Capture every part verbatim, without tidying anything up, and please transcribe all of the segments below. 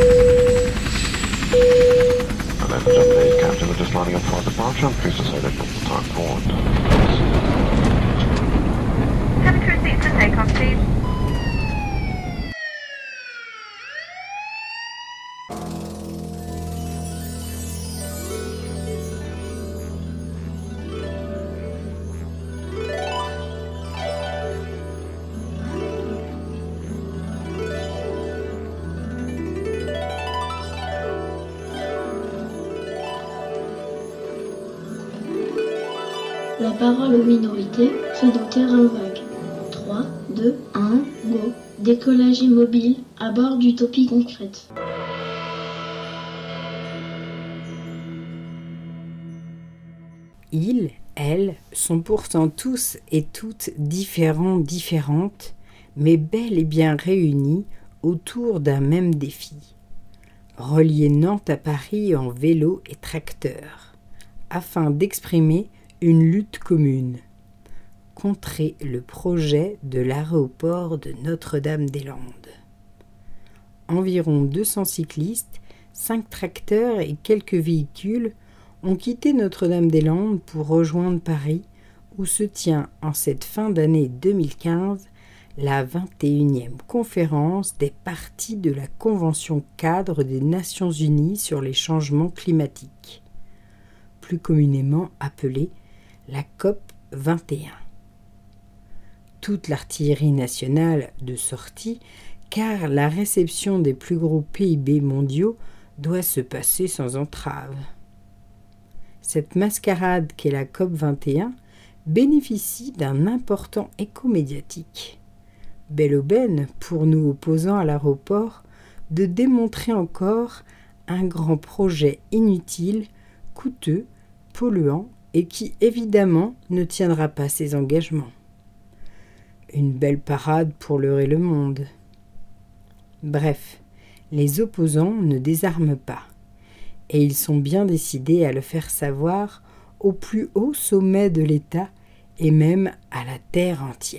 Ladies and gentlemen, the captain are just lining up for departure. I'm pleased to say they've got the time forward. Temperature seats for takeoff, please. La parole aux minorités fait dans terrain vague. trois, deux, un, go. Décollage immobile à bord d'Utopie concrète. Ils, elles, sont pourtant tous et toutes différents, différentes, mais bel et bien réunis autour d'un même défi. Relier Nantes à Paris en vélo et tracteur, afin d'exprimer une lutte commune. Contrer le projet de l'aéroport de Notre-Dame-des-Landes. Environ deux cents cyclistes, cinq tracteurs et quelques véhicules ont quitté Notre-Dame-des-Landes pour rejoindre Paris, où se tient en cette fin d'année deux mille quinze la vingt et unième conférence des parties de la Convention cadre des Nations Unies sur les changements climatiques, plus communément appelée la COP vingt et un. Toute l'artillerie nationale de sortie, car la réception des plus gros P I B mondiaux doit se passer sans entrave. Cette mascarade qu'est la COP vingt et un bénéficie d'un important écho médiatique. Belle aubaine pour nous opposants à l'aéroport de démontrer encore un grand projet inutile, coûteux, polluant et qui évidemment ne tiendra pas ses engagements. Une belle parade pour leurrer le monde. Bref, les opposants ne désarment pas, et ils sont bien décidés à le faire savoir au plus haut sommet de l'État et même à la terre entière.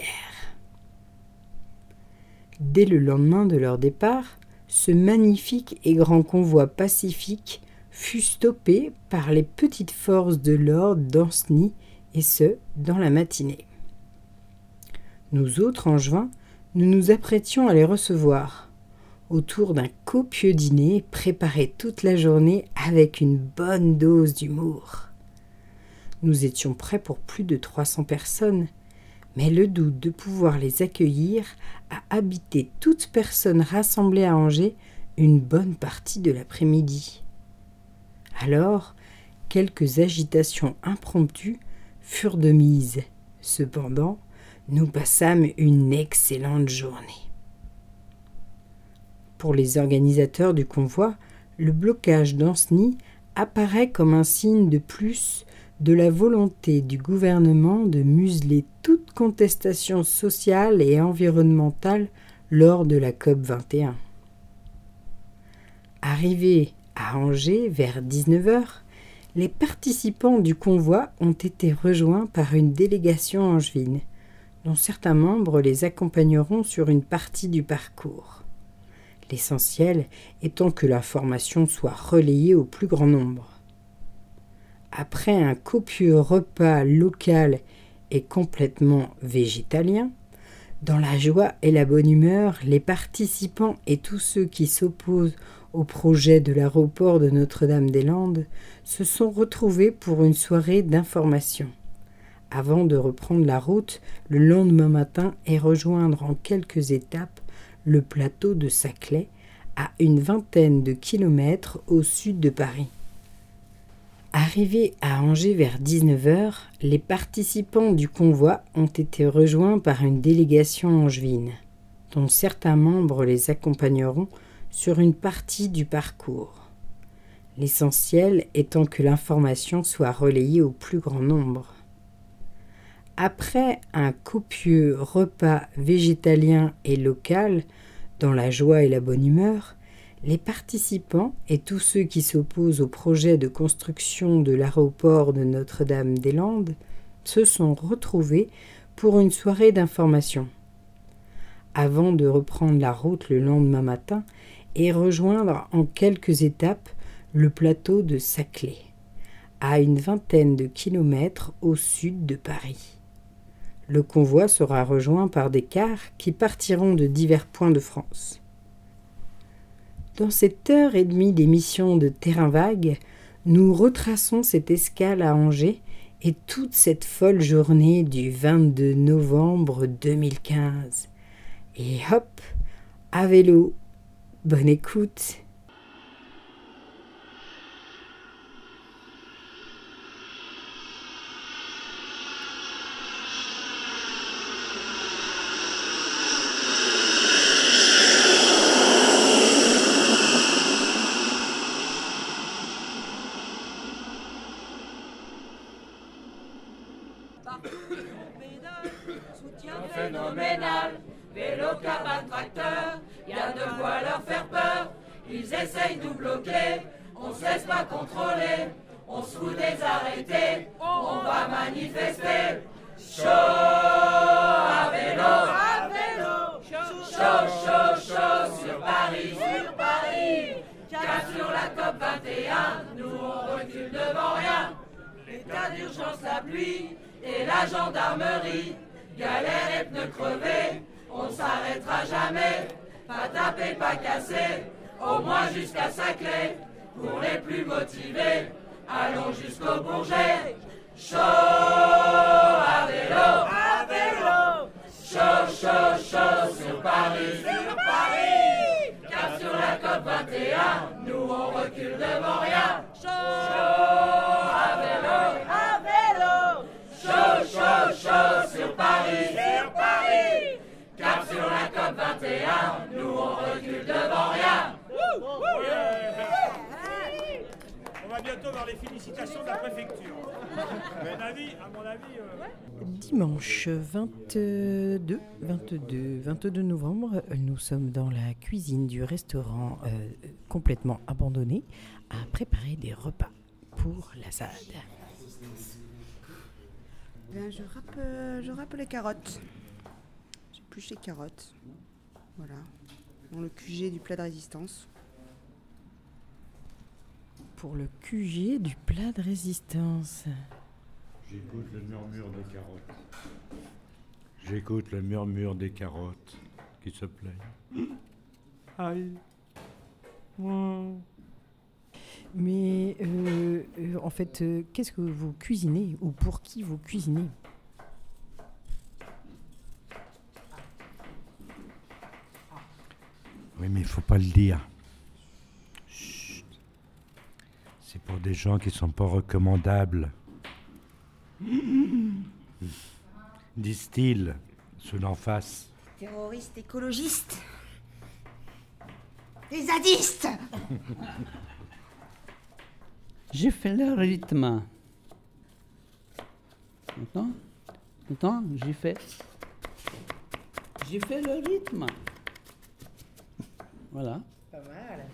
Dès le lendemain de leur départ, ce magnifique et grand convoi pacifique fut stoppé par les petites forces de l'ordre d'Ancenis, et ce, dans la matinée. Nous autres, en juin, nous nous apprêtions à les recevoir, autour d'un copieux dîner préparé toute la journée avec une bonne dose d'humour. Nous étions prêts pour plus de trois cents personnes, mais le doute de pouvoir les accueillir a habité toute personne rassemblée à Angers une bonne partie de l'après-midi. Alors, quelques agitations impromptues furent de mise. Cependant, nous passâmes une excellente journée. Pour les organisateurs du convoi, le blocage d'Ancenis apparaît comme un signe de plus de la volonté du gouvernement de museler toute contestation sociale et environnementale lors de la COP vingt et un. Arrivés à Angers vers dix-neuf heures, les participants du convoi ont été rejoints par une délégation angevine, dont certains membres les accompagneront sur une partie du parcours. L'essentiel étant que l'information soit relayée au plus grand nombre. Après un copieux repas local et complètement végétalien, dans la joie et la bonne humeur, les participants et tous ceux qui s'opposent au projet de l'aéroport de Notre-Dame-des-Landes se sont retrouvés pour une soirée d'information, avant de reprendre la route le lendemain matin et rejoindre en quelques étapes le plateau de Saclay, à une vingtaine de kilomètres au sud de Paris. Arrivés à Angers vers dix-neuf heures, les participants du convoi ont été rejoints par une délégation angevine, dont certains membres les accompagneront sur une partie du parcours. L'essentiel étant que l'information soit relayée au plus grand nombre. Après un copieux repas végétalien et local, dans la joie et la bonne humeur, les participants et tous ceux qui s'opposent au projet de construction de l'aéroport de Notre-Dame-des-Landes se sont retrouvés pour une soirée d'information. Avant de reprendre la route le lendemain matin et rejoindre en quelques étapes le plateau de Saclay, à une vingtaine de kilomètres au sud de Paris. Le convoi sera rejoint par des cars qui partiront de divers points de France. Dans cette heure et demie d'émission de Terrain Vague, nous retraçons cette escale à Angers et toute cette folle journée du vingt-deux novembre deux mille quinze. Et hop, à vélo, bonne écoute. Phénoménal, vélo, cabane, tracteur, y a de quoi leur faire peur. Ils essayent de nous bloquer, on se laisse pas contrôler, on se fout des arrêtés, on va manifester. Chaud à vélo, à vélo, chaud, chaud, chaud sur Paris, sur Paris. Car sur la COP vingt et un, nous on recule devant rien. L'état d'urgence, la pluie et la gendarmerie. Galère et pneus crevés, on s'arrêtera jamais. Pas taper, pas casser, au moins jusqu'à Saclay. Pour les plus motivés, allons jusqu'au Bourget. Chaud à vélo, à vélo. Chaud, chaud, chaud sur Paris, sur Paris. Car sur la COP vingt et un, nous on recule devant rien. Chaud à vélo, à vélo. Chaud, chaud, chaud sur Paris, sur Paris. Car sur la COP vingt et un, nous on recule devant rien. On va bientôt voir les félicitations de la préfecture. À mon avis, à mon avis euh... Dimanche vingt-deux, vingt-deux, vingt-deux novembre, nous sommes dans la cuisine du restaurant euh, complètement abandonné à préparer des repas pour la S A D. Bien, je râpe, euh, je râpe les carottes. J'épluche les carottes. Voilà. Dans le Q G du plat de résistance. Pour le Q G du plat de résistance. J'écoute le murmure des carottes. J'écoute le murmure des carottes qui se plaignent. Aïe. Mmh. Mais euh, euh, en fait, euh, qu'est-ce que vous cuisinez ou pour qui vous cuisinez ? Oui, mais il faut pas le dire. Chut. C'est pour des gens qui sont pas recommandables. Disent-ils, ceux d'en face. Terroristes écologistes. Des zadistes. J'ai fait le rythme. Attends, attends, j'ai fait. J'ai fait le rythme. Voilà. Pas mal.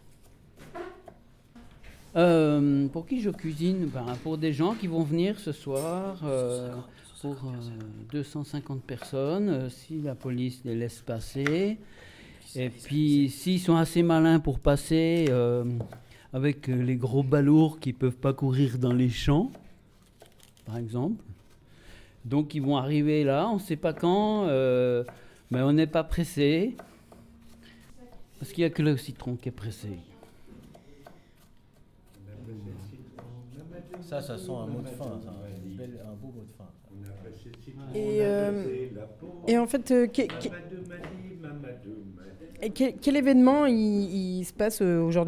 Euh, pour qui je cuisine? Ben, pour des gens qui vont venir ce soir, euh, pour euh, deux cent cinquante personnes, euh, si la police les laisse passer. Et puis, s'ils sont assez malins pour passer, euh, avec les gros balourds qui ne peuvent pas courir dans les champs, par exemple. Donc, ils vont arriver là, on ne sait pas quand, euh, mais on n'est pas pressé. Parce qu'il n'y a que le citron qui est pressé. Ça, ça sent un mot de fin, ça, un, bel, un beau mot de fin. Et, euh, et en fait, euh, que, que, et quel, quel événement il, il se passe euh, aujourd'hui ?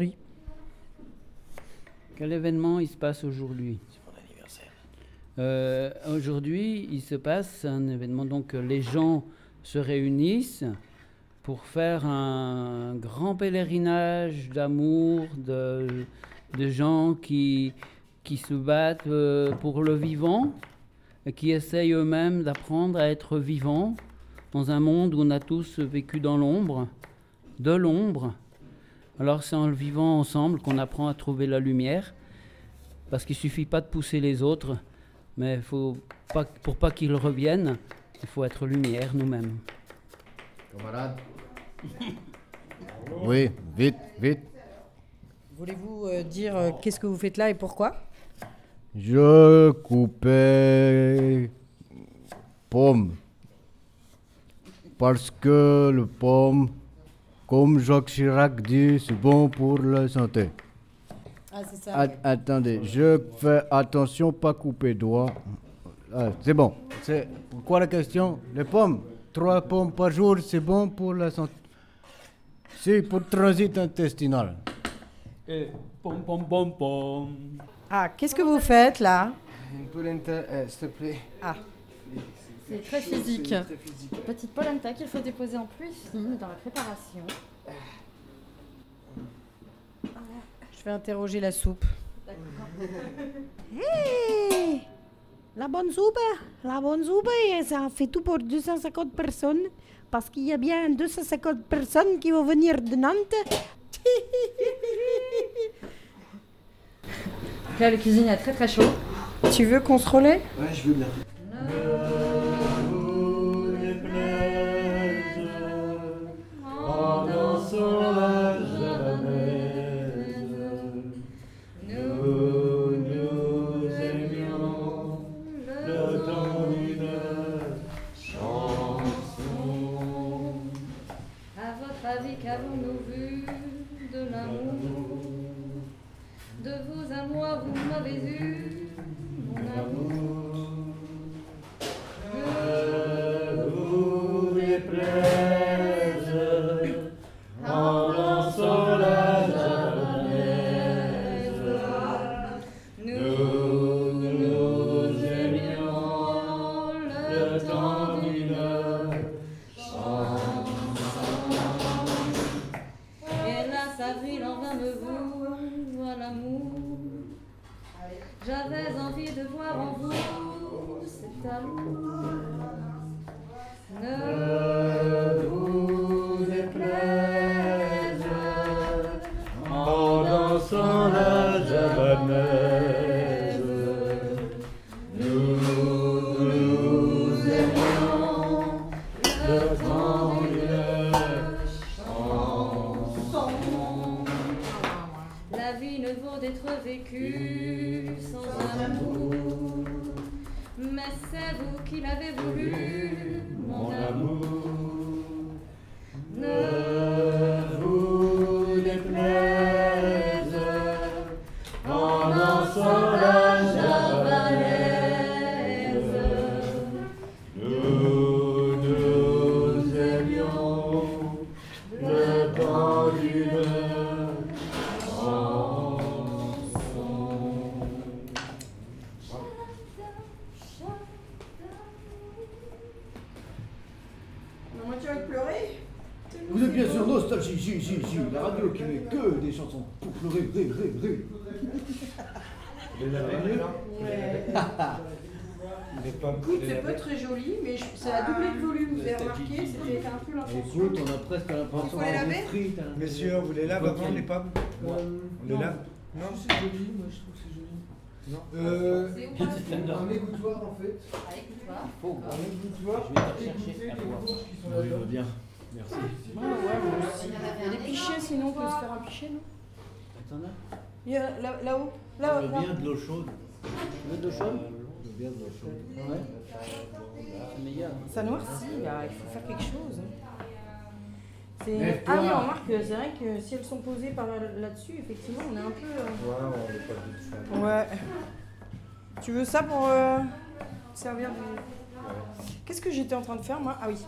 Quel événement il se passe aujourd'hui ? C'est mon anniversaire. Euh, aujourd'hui, il se passe un événement, donc les gens se réunissent pour faire un grand pèlerinage d'amour, de, de gens qui, qui se battent euh, pour le vivant, et qui essayent eux-mêmes d'apprendre à être vivants dans un monde où on a tous vécu dans l'ombre, de l'ombre. Alors c'est en le vivant ensemble qu'on apprend à trouver la lumière, parce qu'il ne suffit pas de pousser les autres, mais faut pas, pour pas qu'ils reviennent, il faut être lumière nous-mêmes. Camarade. Oui, vite, vite. Voulez-vous euh, dire euh, qu'est-ce que vous faites là et pourquoi? Je coupais pomme. Parce que le pomme, comme Jacques Chirac dit, c'est bon pour la santé. Ah, c'est ça. At- attendez, je fais attention, pas couper doigt. Ah, c'est bon. C'est quoi la question? Les pommes. Trois pommes par jour, c'est bon pour la santé. C'est pour le transit intestinal. Et pom pom pom pom. Ah, qu'est-ce que vous faites là? Une polenta, euh, s'il te plaît. Ah, C'est très physique. Petite polenta qu'il faut déposer en pluie fine dans la préparation. je vais interroger la soupe. Hey, la bonne soupe, la bonne soupe, ça fait tout pour deux cent cinquante personnes. Parce qu'il y a bien deux cent cinquante personnes qui vont venir de Nantes. Là, le cuisine est très très chaud. Tu veux qu'on se relaie? Ouais, je veux bien. En dansant la javanaise, nous nous aimions le temps d'une chanson. À votre avis, qu'avons-nous vu de l'amour? De vous à moi, vous m'avez eu, mon amour. Que vous déplaise, en dansant la javanaise, nous nous aimions le temps d'une chanson. Hélas, avril en vain me voue à l'amour. J'avais envie de voir en vous cet amour. Ne vous déplaise, en dansant la javanaise, nous nous aimions le temps d'une chanson. La vie ne vaut d'être vécue sans amour. Mais c'est vous qui l'avez voulu, mon amour. Ne vous déplaise, en dansant la javanaise, nous nous aimions le temps d'une chanson. Maman, tu vas pleurer? Vous êtes bien sûr Nostalgie, J, J, J, la radio qui met que des chansons pour pleurer, ré, ré, ré. Ouais. Écoute, c'est pas très joli, mais je- c'est à doubler de volume. Vous avez remarqué, c'était un peu l'intention. Écoute, on a presque l'impression Faut les d'avoir laver des frites. hein. Messieurs, vous les lavez avant les pommes? Euh, On les non. lave? Non, c'est joli, moi je trouve que c'est joli. Non. Euh, un égouttoir en fait. Un égouttoir. Un égouttoir. Je vais te Écoutez rechercher les à voir. bourges qui sont Oui, je là-dedans. veux bien. Merci. Ouais, ouais, moi aussi. Il y a des pichets, sinon on peut se faire un pichet, non? T'en as? Il y a là- là-haut. Là, Je veux là. bien de l'eau chaude. Tu veux de l'eau chaude? Je veux bien de l'eau chaude. Ouais. C'est meilleur. Ça noircit, là, il faut faire quelque chose. C'est- Mais Ah oui, toi- remarque, c'est vrai que si elles sont posées par là- là-dessus, effectivement, on est un peu... euh, Ouais, on n'est pas du tout. Ouais. Tu veux ça pour euh, servir du... Qu'est-ce que j'étais en train de faire, moi? Ah oui.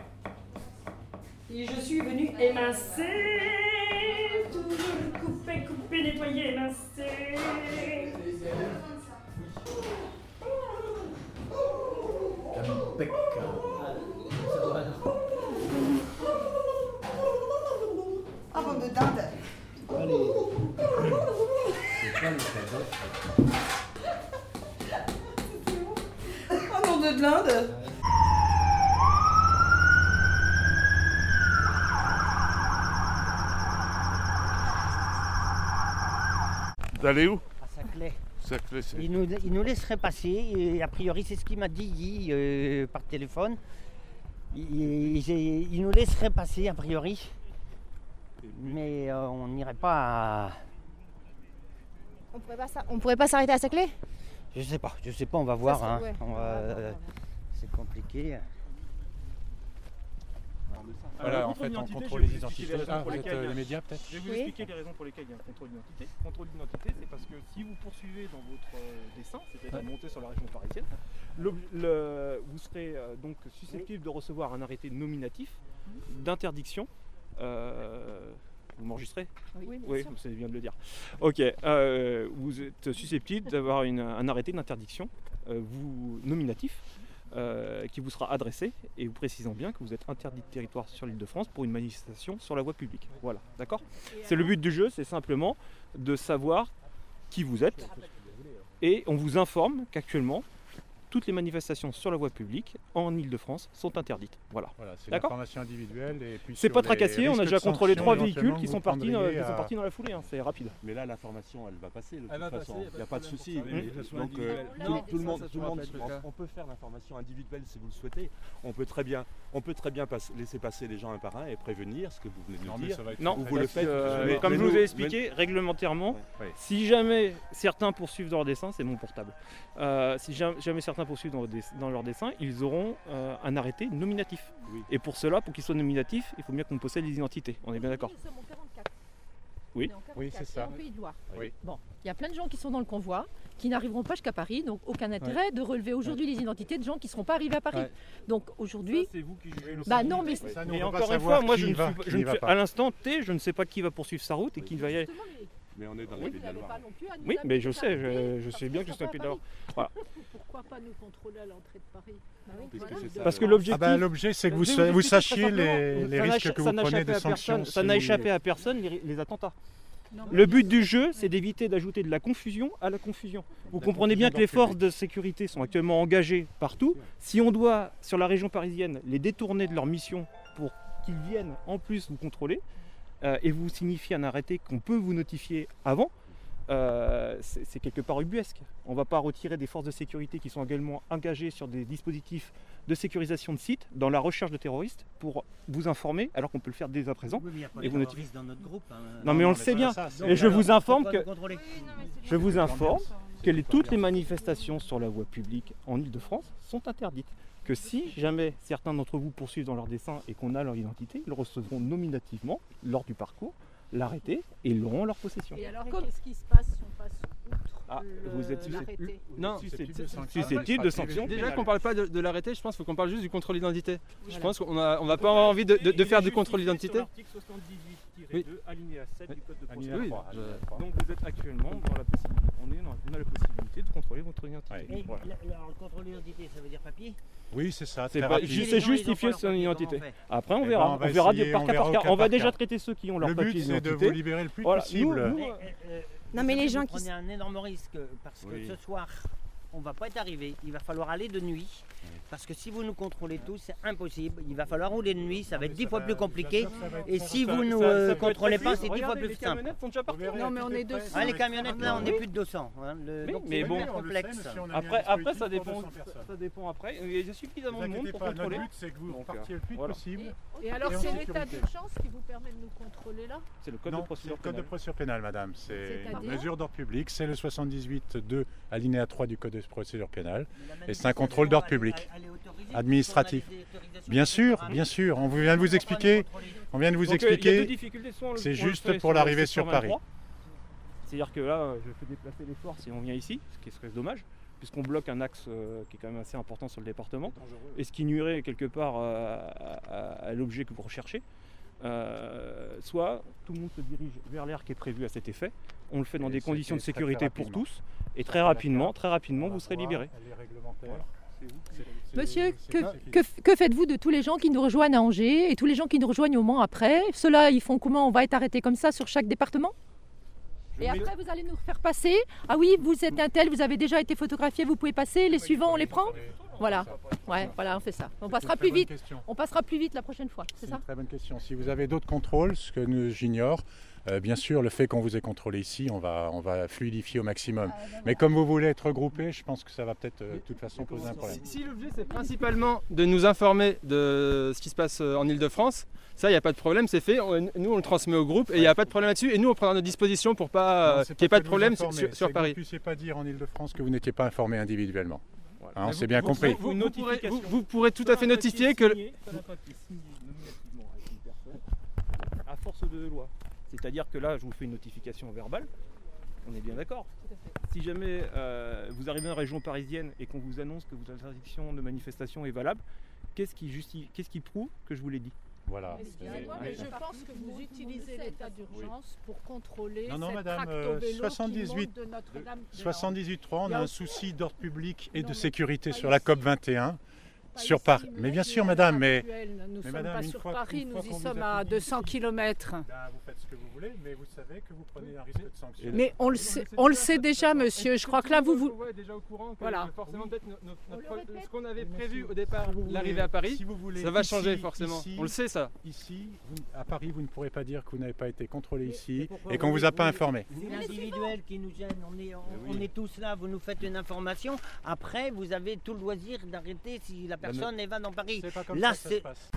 Et je suis venue émincer, toujours couper, couper, nettoyer, émincer. Ah bon, de dinde. Allez. C'est pas le cadeau. Ah non, de l'Inde. D'aller où? À Saclay. Saclay, c'est- Il nous, il nous laisserait passer, et a priori c'est ce qu'il m'a dit Guy euh, par téléphone. Il, il- il nous laisserait passer a priori. mais euh, on n'irait pas à... On pourrait pas, s'a- on pourrait pas s'arrêter à Saclay? Je sais pas, je sais pas, on va voir. se- hein. ouais. On va, euh, c'est compliqué. Voilà, en fait, on contrôle les identités. Ah, vous êtes euh, les médias, peut-être? Je vais vous Oui. expliquer les raisons pour lesquelles il y a un contrôle d'identité. Contrôle d'identité, c'est parce que si vous poursuivez dans votre euh, dessin, c'est-à-dire monter sur la région parisienne, l'ob- le- vous serez euh, donc susceptible de recevoir un arrêté nominatif d'interdiction. Euh, vous m'enregistrez? Oui, bien Oui, sûr. c'est bien de le dire. Ok, euh, vous êtes susceptible d'avoir une- un arrêté d'interdiction euh, vous, nominatif. Euh, qui vous sera adressé et vous précisant bien que vous êtes interdit de territoire sur l'île de France pour une manifestation sur la voie publique. Voilà, d'accord? C'est le but du jeu, c'est simplement de savoir qui vous êtes et on vous informe qu'actuellement toutes les manifestations sur la voie publique en Île-de-France sont interdites. Voilà. Voilà, c'est D'accord. l'information individuelle. Et puis C'est sur pas les tracassier, on a risques déjà de contrôlé sanctions, trois véhicules éventuellement, qui vous sont partis, dans, prendriez qui sont à- partis dans la foulée, hein, c'est rapide. Mais là, l'information, elle va passer de Elle va toute façon. passer, Il n'y a pas de souci. Mmh. Mais- Que ce soit Donc, euh, individuel. tout, Non, tout le ça, monde, ça tout le sera monde, peut-être le cas. on peut faire l'information individuelle si vous le souhaitez. On peut très bien, on peut très bien passe- laisser passer les gens un par un et prévenir ce que vous venez de Non, nous mais dire. ça va être Non, Ou vous le parce faites. que, euh, mais- comme mais je vous nous- ai expliqué, réglementairement, Ouais. si jamais certains poursuivent leur dessin, c'est mon portable. Euh, si ja- jamais certains poursuivent dans, des- dans leur dessin, ils auront euh, un arrêté nominatif. Oui. Et pour cela, pour qu'il soit nominatif, il faut bien qu'on possède les identités. On est bien d'accord? Nous sommes en quarante-quatre. Oui. On est en quarante-quatre, Oui, c'est ça. en Pays de Loire. Oui. Bon, il y a plein de gens qui sont dans le convoi, qui n'arriveront pas jusqu'à Paris, donc aucun intérêt de relever aujourd'hui les identités de gens qui ne seront pas arrivés à Paris. Ouais. Donc aujourd'hui, C'est vous qui jugez le bah non, mais Ça, nous, Et on peut pas encore une savoir fois, moi qui je ne va, suis, pas- qui je n'y ne va suis- pas. à l'instant T, je ne sais pas qui va poursuivre sa route et qui va y aller. justement, mais Mais on est dans vous les Pays de la n'avez Loire. pas non plus à nous Oui, mais je amener sais, à je, Paris, je parce sais qu'ils bien que je sont suis un pas Pays à de la Loire. Voilà. Pourquoi pas nous contrôler à l'entrée de Paris Bah oui, Puisque voilà. c'est ça, Parce que ouais. l'objectif. Ah bah, l'objet, c'est que vous, Je vais sa- vous expliquer très sachiez simplement. les, les Ça n'a risques écha- que ça vous n'a prenez échappé de à sanctions. personne- Ça n'a si- échappé à personne les, les attentats. Le but du jeu, c'est d'éviter d'ajouter de la confusion à la confusion. Vous La comprenez bien confusion que les dans le forces de sécurité sont actuellement engagées partout. Si on doit, sur la région parisienne, les détourner de leur mission pour qu'ils viennent en plus vous contrôler euh, et vous signifier un arrêté qu'on peut vous notifier avant, euh, c'est c'est quelque part ubuesque. On ne va pas retirer des forces de sécurité qui sont également engagées sur des dispositifs de sécurisation de sites dans la recherche de terroristes pour vous informer, alors qu'on peut le faire dès à présent. Oui, mais il y a pas et de vous notifier. terroristes dans notre groupe, hein. Non mais on Non, le mais sait voilà, bien. ça, c'est- Et je alors, vous informe pourquoi que nous contrôler je vous informe que les- toutes les manifestations sur la voie publique en Île-de-France sont interdites. Que si jamais certains d'entre vous poursuivent dans leur dessin et qu'on a leur identité, ils recevront nominativement, lors du parcours, l'arrêté et ils l'auront en leur possession. Et alors, qu'est-ce qui se passe si on passe outre Ah, le- vous êtes susceptible- l'arrêté Non, Susceptible de sanctions. susceptible de sanctions. Déjà qu'on parle pas de, de l'arrêté, je pense qu'il faut qu'on parle juste du contrôle d'identité. Je Voilà. pense qu'on a, on va pas avoir envie de, de- de Il est faire du justifié contrôle sur d'identité. l'article soixante-dix-huit tiret deux, alinéa sept du code de Alinéa procédure trois, pénale. je- Donc vous êtes actuellement dans la possibilité, on est dans, on a la possibilité de contrôler votre identité. Ouais. Mais Voilà. le, le- le contrôle d'identité, ça veut dire papier? Oui, c'est ça. C'est très pas- rapide. ju- Les c'est gens, ils ont justifié pas leur son papier, identité. comment on fait Après on Eh ben, verra, on on, va verra essayer, par on cas verra par au cas. cas On va par déjà cas. traiter ceux qui ont leur Le papier but, c'est de d'identité. vous libérer le plus Voilà, possible. nous- nous, Mais, euh, euh, euh, Non, vous mais les savez, gens vous qui prenez s- un énorme risque parce que Oui. ce soir, on va pas être arrivé. Il va falloir aller de nuit. Parce que si vous nous contrôlez tous, c'est impossible. Il va falloir rouler de nuit, ça va être dix fois plus compliqué. Et si vous nous euh, contrôlez pas, c'est dix fois plus simple. sont déjà partis. Non, mais on est deux cents. Ah, les camionnettes là, on est Oui. plus de deux cents. hein. Le- Oui, donc mais c'est bon, vraiment complexe. Après, après ça dépend, ça dépend après. Il y a suffisamment de monde inquiétez pour pas, notre contrôler. but, c'est que vous Donc, partiez euh, le plus voilà. possible. Et alors, Et en c'est l'état sécurité. d'urgence qui vous permet de nous contrôler là C'est le code Non, de procédure c'est le code de pénale. procédure pénale, madame. C'est C'est-à-dire une mesure d'ordre public. C'est le soixante-dix-huit deux, alinéa trois du code de procédure pénale. Mais Et c'est un contrôle d'ordre public. Administratif. Bien sûr, bien sûr. On vient de vous expliquer. On vient de vous Donc, euh, il y a deux expliquer. difficultés. Soit on le- C'est on le juste fait pour sur l'arrivée le sur secteur Paris. vingt-trois. C'est-à-dire que là, euh, je fais déplacer les forces et on vient ici, ce qui serait dommage, puisqu'on bloque un axe euh, qui est quand même assez important sur le département, et ce qui nuirait quelque part euh, à, à- à l'objet que vous recherchez. Euh, soit tout le monde se dirige vers l'aire qui est prévu à cet effet, on le fait dans Et des c'est conditions de fait très, très sécurité pour rapidement. tous, et très rapidement, très rapidement, vous serez libérés. Elle est réglementaire. Voilà. Monsieur, c'est- que, c'est- que, que faites-vous de tous les gens qui nous rejoignent à Angers et tous les gens qui nous rejoignent au Mans après? Ceux-là, ils font comment? On va être arrêtés comme ça sur chaque département? Et après, vous allez nous faire passer. Ah oui, vous êtes un tel, vous avez déjà été photographié, vous pouvez passer. Les suivants, on les prend? Voilà. Ouais, voilà, on fait ça. On C'est passera une très plus vite. bonne question. On passera plus vite la prochaine fois, c'est C'est ça? une très bonne question. Si vous avez d'autres contrôles, ce que nous- j'ignore, Euh, bien sûr, le fait qu'on vous ait contrôlé ici, on va, on va fluidifier au maximum. Mais comme vous voulez être regroupés, je pense que ça va peut-être euh, de toute façon poser un problème. Si, si l'objet c'est principalement de nous informer de ce qui se passe en Ile-de-France, ça il n'y a pas de problème, c'est fait. On, nous on le transmet au groupe et il n'y a pas de problème là-dessus. Et nous on prend à notre disposition pour pas qu'il n'y ait pas de problème sur, sur, sur Paris. Vous ne puissiez pas dire en Ile-de-France que vous n'étiez pas informé individuellement. Voilà. Hein, on s'est bien vous, compris. Vous, vous, vous, pourrez, vous, vous pourrez tout à fait notifier que... À force de loi. C'est-à-dire que là, je vous fais une notification verbale, on est bien d'accord. Si jamais euh, vous arrivez en région parisienne et qu'on vous annonce que votre interdiction de manifestation est valable, qu'est-ce qui, justifie, qu'est-ce qui prouve que je vous l'ai dit? Voilà. Excusez-moi, mais je pense que vous utilisez l'état d'urgence oui. pour contrôler non, non, cette madame, tracto-vélo soixante-dix-huit, qui monte de Notre-Dame. soixante-dix-huit trois, on a un souci d'ordre public et non, de sécurité sur ici. la COP vingt et un. Sur Paris. Mais bien sûr, madame, mais... Nous ne mais sommes madame, pas une sur fois, Paris, une nous fois y qu'on sommes vous a à deux cents ici, kilomètres. Ben, vous faites ce que vous voulez, mais vous savez que vous prenez un risque de sanction. Mais on le sait, on le sait déjà, monsieur. Je crois que là, vous... vous... Ouais, déjà au courant que voilà. forcément, peut-être notre, notre, ce qu'on avait prévu au départ, l'arrivée à Paris, si vous voulez, ça va ici, changer forcément. Ici, on le sait, ça. Ici, vous, à Paris, vous ne pourrez pas dire que vous n'avez pas été contrôlé ici et qu'on ne vous a pas informé. C'est l'individuel qui nous gêne. On est, on, oui. on est tous là, vous nous faites une information. Après, vous avez tout le loisir d'arrêter si la personne ben, va dans Paris. Là, ça, ça se passe.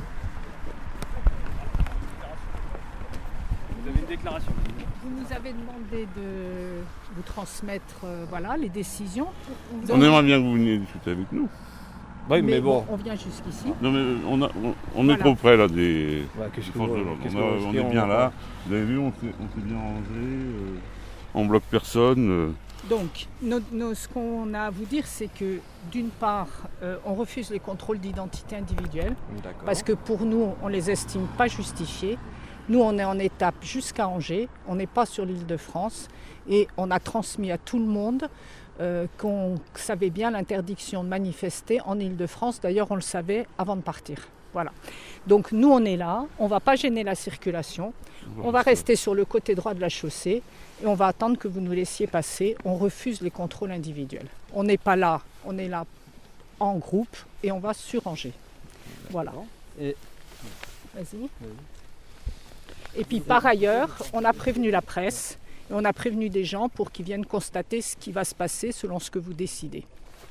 Vous avez une déclaration. Vous nous avez demandé de vous transmettre euh, voilà, les décisions. Donc, on aimerait bien que vous veniez discuter avec nous. Oui, mais, mais bon. bon. On vient jusqu'ici. Non, mais on, a, on, on voilà. est trop près là des, ouais, des forces de l'ordre. On, a, on est bien là. Vous avez vu, on s'est bien rangé. Euh, on bloque personne. Euh. Donc, nos, nos, ce qu'on a à vous dire, c'est que d'une part, euh, on refuse les contrôles d'identité individuelle parce que pour nous, on ne les estime pas justifiés. Nous, on est en étape jusqu'à Angers, on n'est pas sur l'île de France et on a transmis à tout le monde euh, qu'on savait bien l'interdiction de manifester en île de France. D'ailleurs, on le savait avant de partir. Voilà. Donc nous, on est là, on ne va pas gêner la circulation, on va rester sur le côté droit de la chaussée et on va attendre que vous nous laissiez passer. On refuse les contrôles individuels. On n'est pas là, on est là en groupe et on va sur Angers. Voilà. Et... Vas-y. Oui. Et puis par ailleurs, on a prévenu la presse et on a prévenu des gens pour qu'ils viennent constater ce qui va se passer selon ce que vous décidez.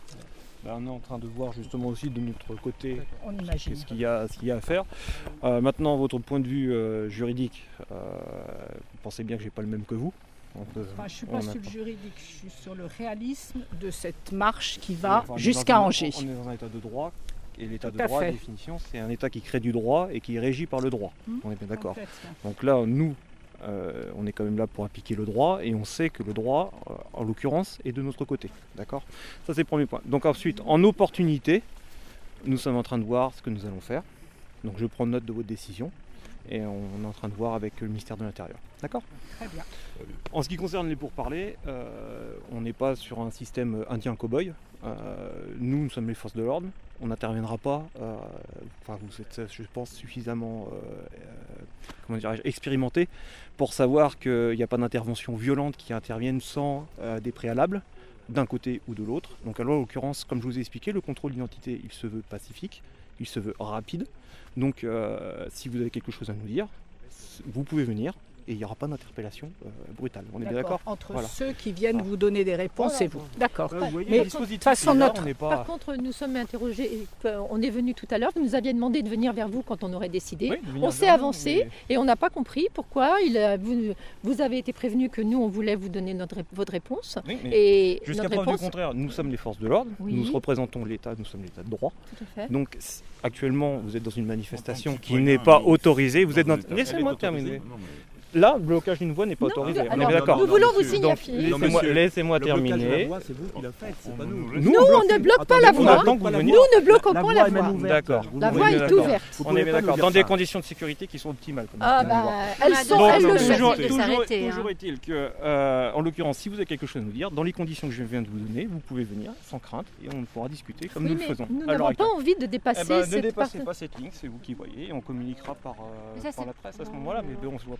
Là, on est en train de voir justement aussi de notre côté on imagine. ce qu'il y a, ce qu'il y a à faire. Euh, maintenant, votre point de vue euh, juridique, euh, vous pensez bien que je n'ai pas le même que vous. Donc, euh, enfin, je ne suis pas sur le juridique, je suis sur le réalisme de cette marche qui va enfin, jusqu'à Angers. On est dans un état de droit. Et l'état de droit, par définition, c'est un état qui crée du droit et qui est régi par le droit. Mmh, on est bien d'accord. Donc là, nous, euh, on est quand même là pour appliquer le droit et on sait que le droit, euh, en l'occurrence, est de notre côté. D'accord ? Ça, c'est le premier point. Donc ensuite, en opportunité, nous sommes en train de voir ce que nous allons faire. Donc je prends note de votre décision et on est en train de voir avec le ministère de l'Intérieur. D'accord ? Très bien. En ce qui concerne les pourparlers, euh, on n'est pas sur un système indien cow-boy. Euh, nous, nous sommes les forces de l'ordre. On n'interviendra pas. Euh, enfin, vous êtes, je pense, suffisamment euh, euh, comment dirais-je, expérimenté pour savoir qu'il n'y a pas d'intervention violente qui intervienne sans euh, des préalables d'un côté ou de l'autre. Donc, alors, en l'occurrence, comme je vous ai expliqué, le contrôle d'identité, il se veut pacifique, il se veut rapide. Donc, euh, si vous avez quelque chose à nous dire, vous pouvez venir. Et il n'y aura pas d'interpellation euh, brutale. On est bien d'accord ? Entre voilà. ceux qui viennent ah. vous donner des réponses voilà. et vous. D'accord. Bah, vous mais de toute façon, notre... Pas... Par contre, nous sommes interrogés. On est venu tout à l'heure. Vous nous aviez demandé de venir vers vous quand on aurait décidé. Oui, on s'est avancé mais... et on n'a pas compris pourquoi. Il a... vous... vous avez été prévenu que nous, on voulait vous donner notre... votre réponse. Oui, et jusqu'à preuve réponse... du contraire, nous sommes les forces de l'ordre. Oui. Nous représentons l'État. Nous sommes l'État de droit. Tout à fait. Donc, actuellement, vous êtes dans une manifestation qui n'est pas autorisée. Vous êtes dans. Laissez-moi terminer. Là, le blocage d'une voie n'est pas non, autorisé. Alors, on est d'accord. Nous voulons vous signifier. Laissez-moi, laissez-moi le terminer. La voie, c'est vous qui le faites, c'est pas nous. Nous, nous on ne bloque pas la voie. Nous ne bloquons pas la voie. D'accord. La voie est ouverte. On est bien d'accord. Dans des conditions de sécurité qui sont optimales. Ah bah, elles sont. Elles le sont. Toujours est-il que, en l'occurrence, si vous avez quelque chose à nous dire, dans les conditions que je viens de vous donner, vous pouvez venir sans crainte et on pourra discuter comme nous le faisons. Nous n'avons pas envie de dépasser cette. Ne dépassez pas cette ligne, c'est vous qui voyez. On communiquera par la presse à ce moment-là, mais on ne voit pas trop l'intérêt.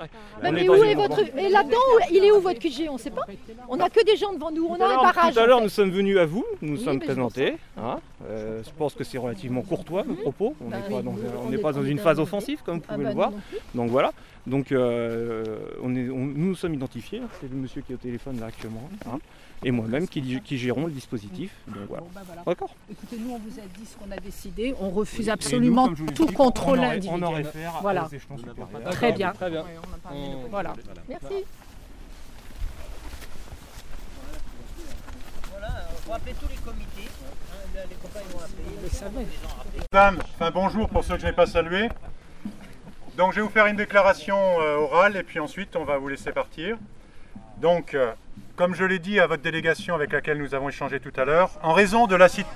dirais. Mais, On mais est où dans est une- votre... Et là-dedans, il est où votre Q G? On ne sait pas. On n'a que des gens devant nous. On Tout a à un l'heure- barrage. Tout à en l'heure, fait. nous sommes venus à vous, nous nous Oui, sommes mais je présentés. hein. Euh, je pense que c'est relativement courtois, nos propos. On Bah n'est oui, pas dans, nous, on on n'est est- pas on dans est une pas phase dans- offensive, comme vous Ah pouvez bah le nous voir. non plus. Donc voilà. Donc euh, on est, on- nous nous sommes identifiés. hein. C'est le monsieur qui est au téléphone là actuellement. hein, et moi-même qui, qui gérons le dispositif. Donc voilà. Bon, bah voilà. D'accord. Écoutez, nous, on vous a dit ce qu'on a décidé. On refuse Et nous, absolument comme je vous tout l'explique, contrôle on en- individuel. on en réfère voilà. aux échelons supérieurs. Très bien. Très bien. On- Voilà. Merci. Voilà, on va appeler tous les comités. hein, les copains ils vont appeler. Vous le savez. Madame, enfin bonjour pour ceux que je n'ai pas salués. Donc je vais vous faire une déclaration euh, orale et puis ensuite on va vous laisser partir. Donc, euh, comme je l'ai dit à votre délégation avec laquelle nous avons échangé tout à l'heure, en raison de la situation...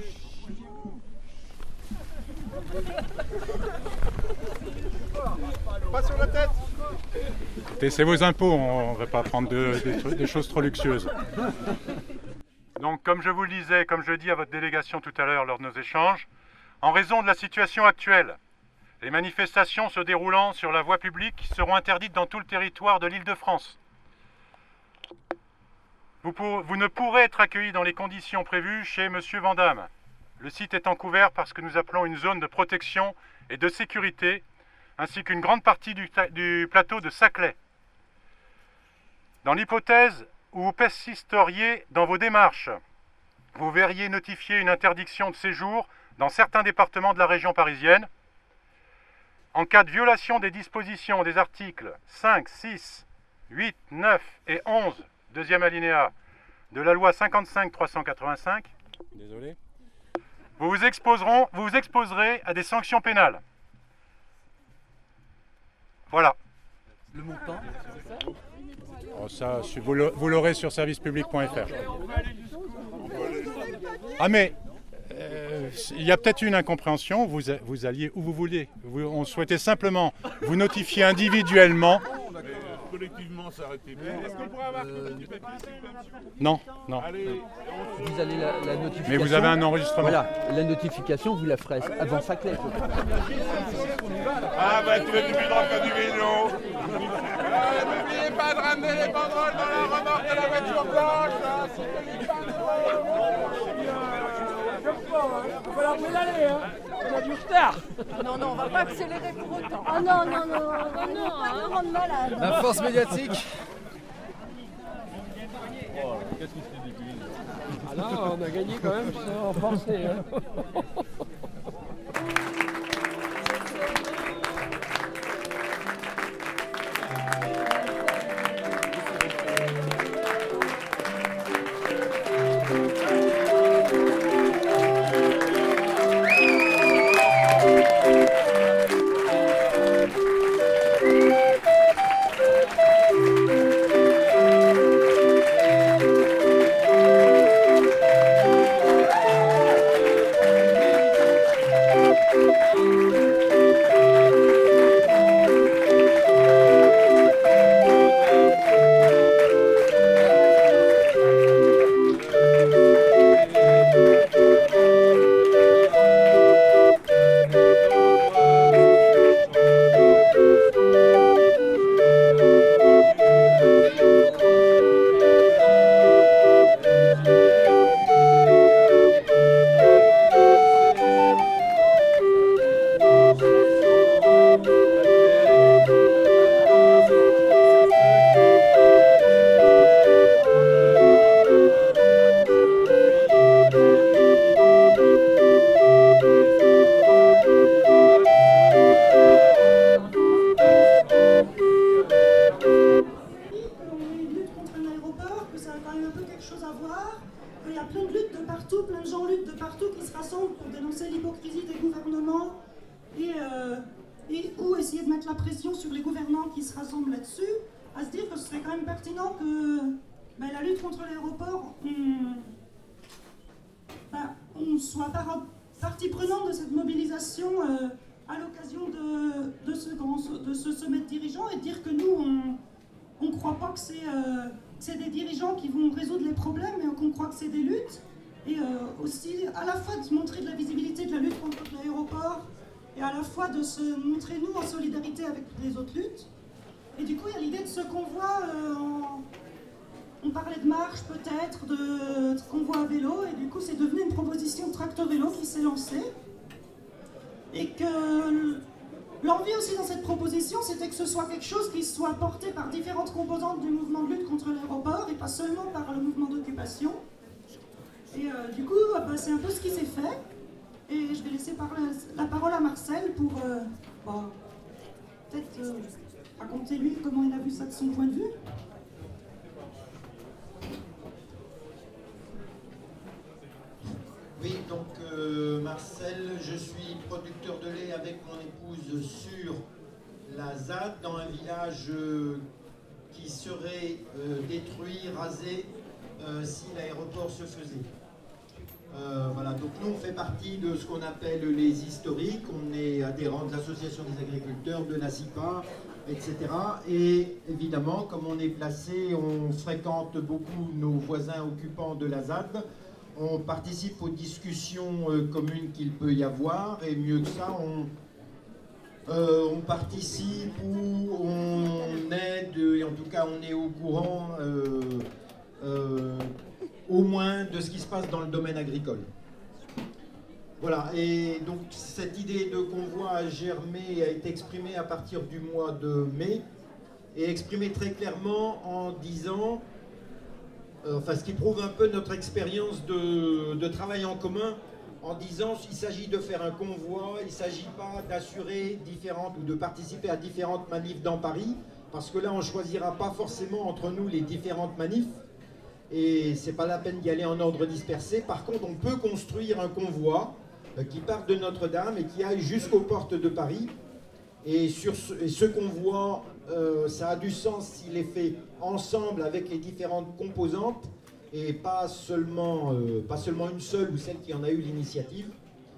Pas sur la tête. Écoutez, c'est vos impôts, on ne va pas prendre de- des trucs- des choses trop luxueuses. Donc, comme je vous le disais, comme je le dis à votre délégation tout à l'heure lors de nos échanges, en raison de la situation actuelle, les manifestations se déroulant sur la voie publique seront interdites dans tout le territoire de l'Île-de-France. Vous, pour- vous ne pourrez être accueillis dans les conditions prévues chez Monsieur Vandamme. Le site étant couvert par ce que nous appelons une zone de protection et de sécurité, ainsi qu'une grande partie du, ta- du plateau de Saclay. Dans l'hypothèse où vous persisteriez dans vos démarches, vous verriez notifier une interdiction de séjour dans certains départements de la région parisienne. En cas de violation des dispositions des articles cinq, six, huit, neuf et onze, deuxième alinéa, de la loi cinquante-cinq trois cent quatre-vingt-cinq, Désolé. vous vous, exposeront, vous vous exposerez à des sanctions pénales. Voilà. Le montant, Oh, ça, su- vous le- vous l'aurez sur service public point f r. Ah mais, euh, il y a peut-être une incompréhension, vous, a- vous alliez où vous vouliez. Vous- on souhaitait simplement vous notifier individuellement. Collectivement s'arrêter. Est-ce qu'on pourrait avoir Non, non. vous allez la, la notification. Mais vous avez un enregistrement. Voilà, la notification, vous la ferez avant Saclay. Ah bah tu vas du bidon que du vélo. Ah, n'oubliez pas de ramener les banderoles dans la remorque de la voiture blanche. hein, c'est que du Il faut la pédaler, hein. On a du retard. Non, non, on va pas accélérer pour autant. Oh non, non, non, non, non, pas nous rendre malade. La force médiatique. Ah non, on a gagné quand même sans forcer. Hein. et ou essayer de mettre la pression sur les gouvernants qui se rassemblent là-dessus, à se dire que ce serait quand même pertinent que ben, la lutte contre l'aéroport, on, ben, on soit par, partie prenante de cette mobilisation euh, à l'occasion de, de, ce grand, de ce sommet de dirigeants et dire que nous, on ne croit pas que c'est euh, c'est des dirigeants qui vont résoudre les problèmes, mais qu'on croit que c'est des luttes. Et euh, aussi, à la fois de montrer de la visibilité de la lutte contre l'aéroport, et à la fois de se montrer, nous, en solidarité avec les autres luttes. Et du coup, il y a l'idée de ce convoi, euh, en... on parlait de marche peut-être, de... de convoi à vélo, et du coup c'est devenu une proposition de tracteur vélo qui s'est lancée. Et que l'envie aussi dans cette proposition, c'était que ce soit quelque chose qui soit porté par différentes composantes du mouvement de lutte contre l'aéroport, et pas seulement par le mouvement d'occupation. Et euh, du coup, bah, c'est un peu ce qui s'est fait. Et je vais laisser parler la parole à Marcel pour euh, bah, peut-être euh, raconter lui comment il a vu ça de son point de vue. Oui, donc euh, Marcel, je suis producteur de lait avec mon épouse sur la Z A D, dans un village euh, qui serait euh, détruit, rasé, euh, si l'aéroport se faisait. Euh, voilà, donc nous on fait partie de ce qu'on appelle les historiques, on est adhérent de l'association des agriculteurs, de la C I P A, et cetera. Et évidemment, comme on est placé, on fréquente beaucoup nos voisins occupants de la Z A D, on participe aux discussions euh, communes qu'il peut y avoir, et mieux que ça, on, euh, on participe ou on aide, et en tout cas on est au courant euh, euh, au moins de ce qui se passe dans le domaine agricole. Voilà, et donc cette idée de convoi a germé, a été exprimée à partir du mois de mai, et exprimée très clairement en disant, euh, enfin ce qui prouve un peu notre expérience de, de travail en commun, en disant qu'il s'agit de faire un convoi, il ne s'agit pas d'assurer différentes ou de participer à différentes manifs dans Paris, parce que là on ne choisira pas forcément entre nous les différentes manifs, et c'est pas la peine d'y aller en ordre dispersé. Par contre, on peut construire un convoi euh, qui part de Notre-Dame et qui aille jusqu'aux portes de Paris. Et, sur ce, et ce convoi, euh, ça a du sens s'il est fait ensemble avec les différentes composantes et pas seulement, euh, pas seulement une seule ou celle qui en a eu l'initiative.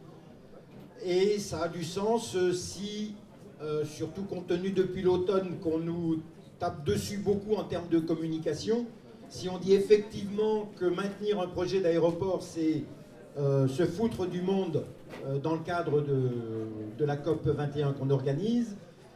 Et ça a du sens euh, si, euh, surtout compte tenu depuis l'automne qu'on nous tape dessus beaucoup en termes de communication, si on dit effectivement que maintenir un projet d'aéroport, c'est euh, se foutre du monde euh, dans le cadre de, de la COP vingt et un qu'on organise,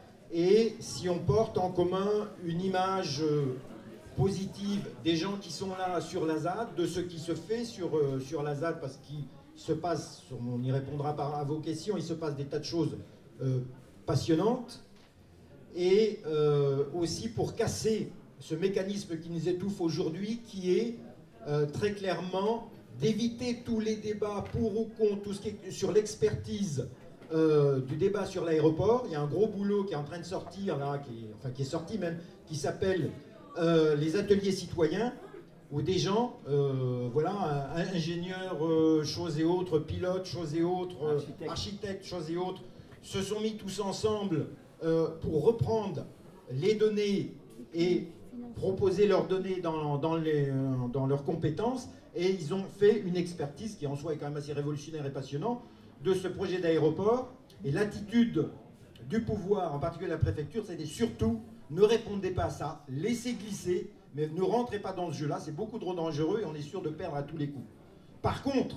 et si on porte en commun une image euh, positive des gens qui sont là sur la Z A D, de ce qui se fait sur, euh, sur la Z A D, parce qu'il se passe, on y répondra par, à vos questions, il se passe des tas de choses euh, passionnantes, et euh, aussi pour casser ce mécanisme qui nous étouffe aujourd'hui, qui est euh, très clairement d'éviter tous les débats pour ou contre, tout ce qui est sur l'expertise euh, du débat sur l'aéroport. Il y a un gros boulot qui est en train de sortir, là, qui, enfin qui est sorti même, qui s'appelle euh, les ateliers citoyens, où des gens, euh, voilà, ingénieurs, euh, choses et autres, pilotes, choses et autres, euh, architectes. architectes, choses et autres, se sont mis tous ensemble euh, pour reprendre les données et proposer leurs données dans, dans, les, dans leurs compétences, et ils ont fait une expertise qui en soi est quand même assez révolutionnaire et passionnant de ce projet d'aéroport. Et l'attitude du pouvoir, en particulier la préfecture, c'était surtout ne répondez pas à ça, laissez glisser, mais ne rentrez pas dans ce jeu-là, c'est beaucoup trop dangereux et on est sûr de perdre à tous les coups. Par contre,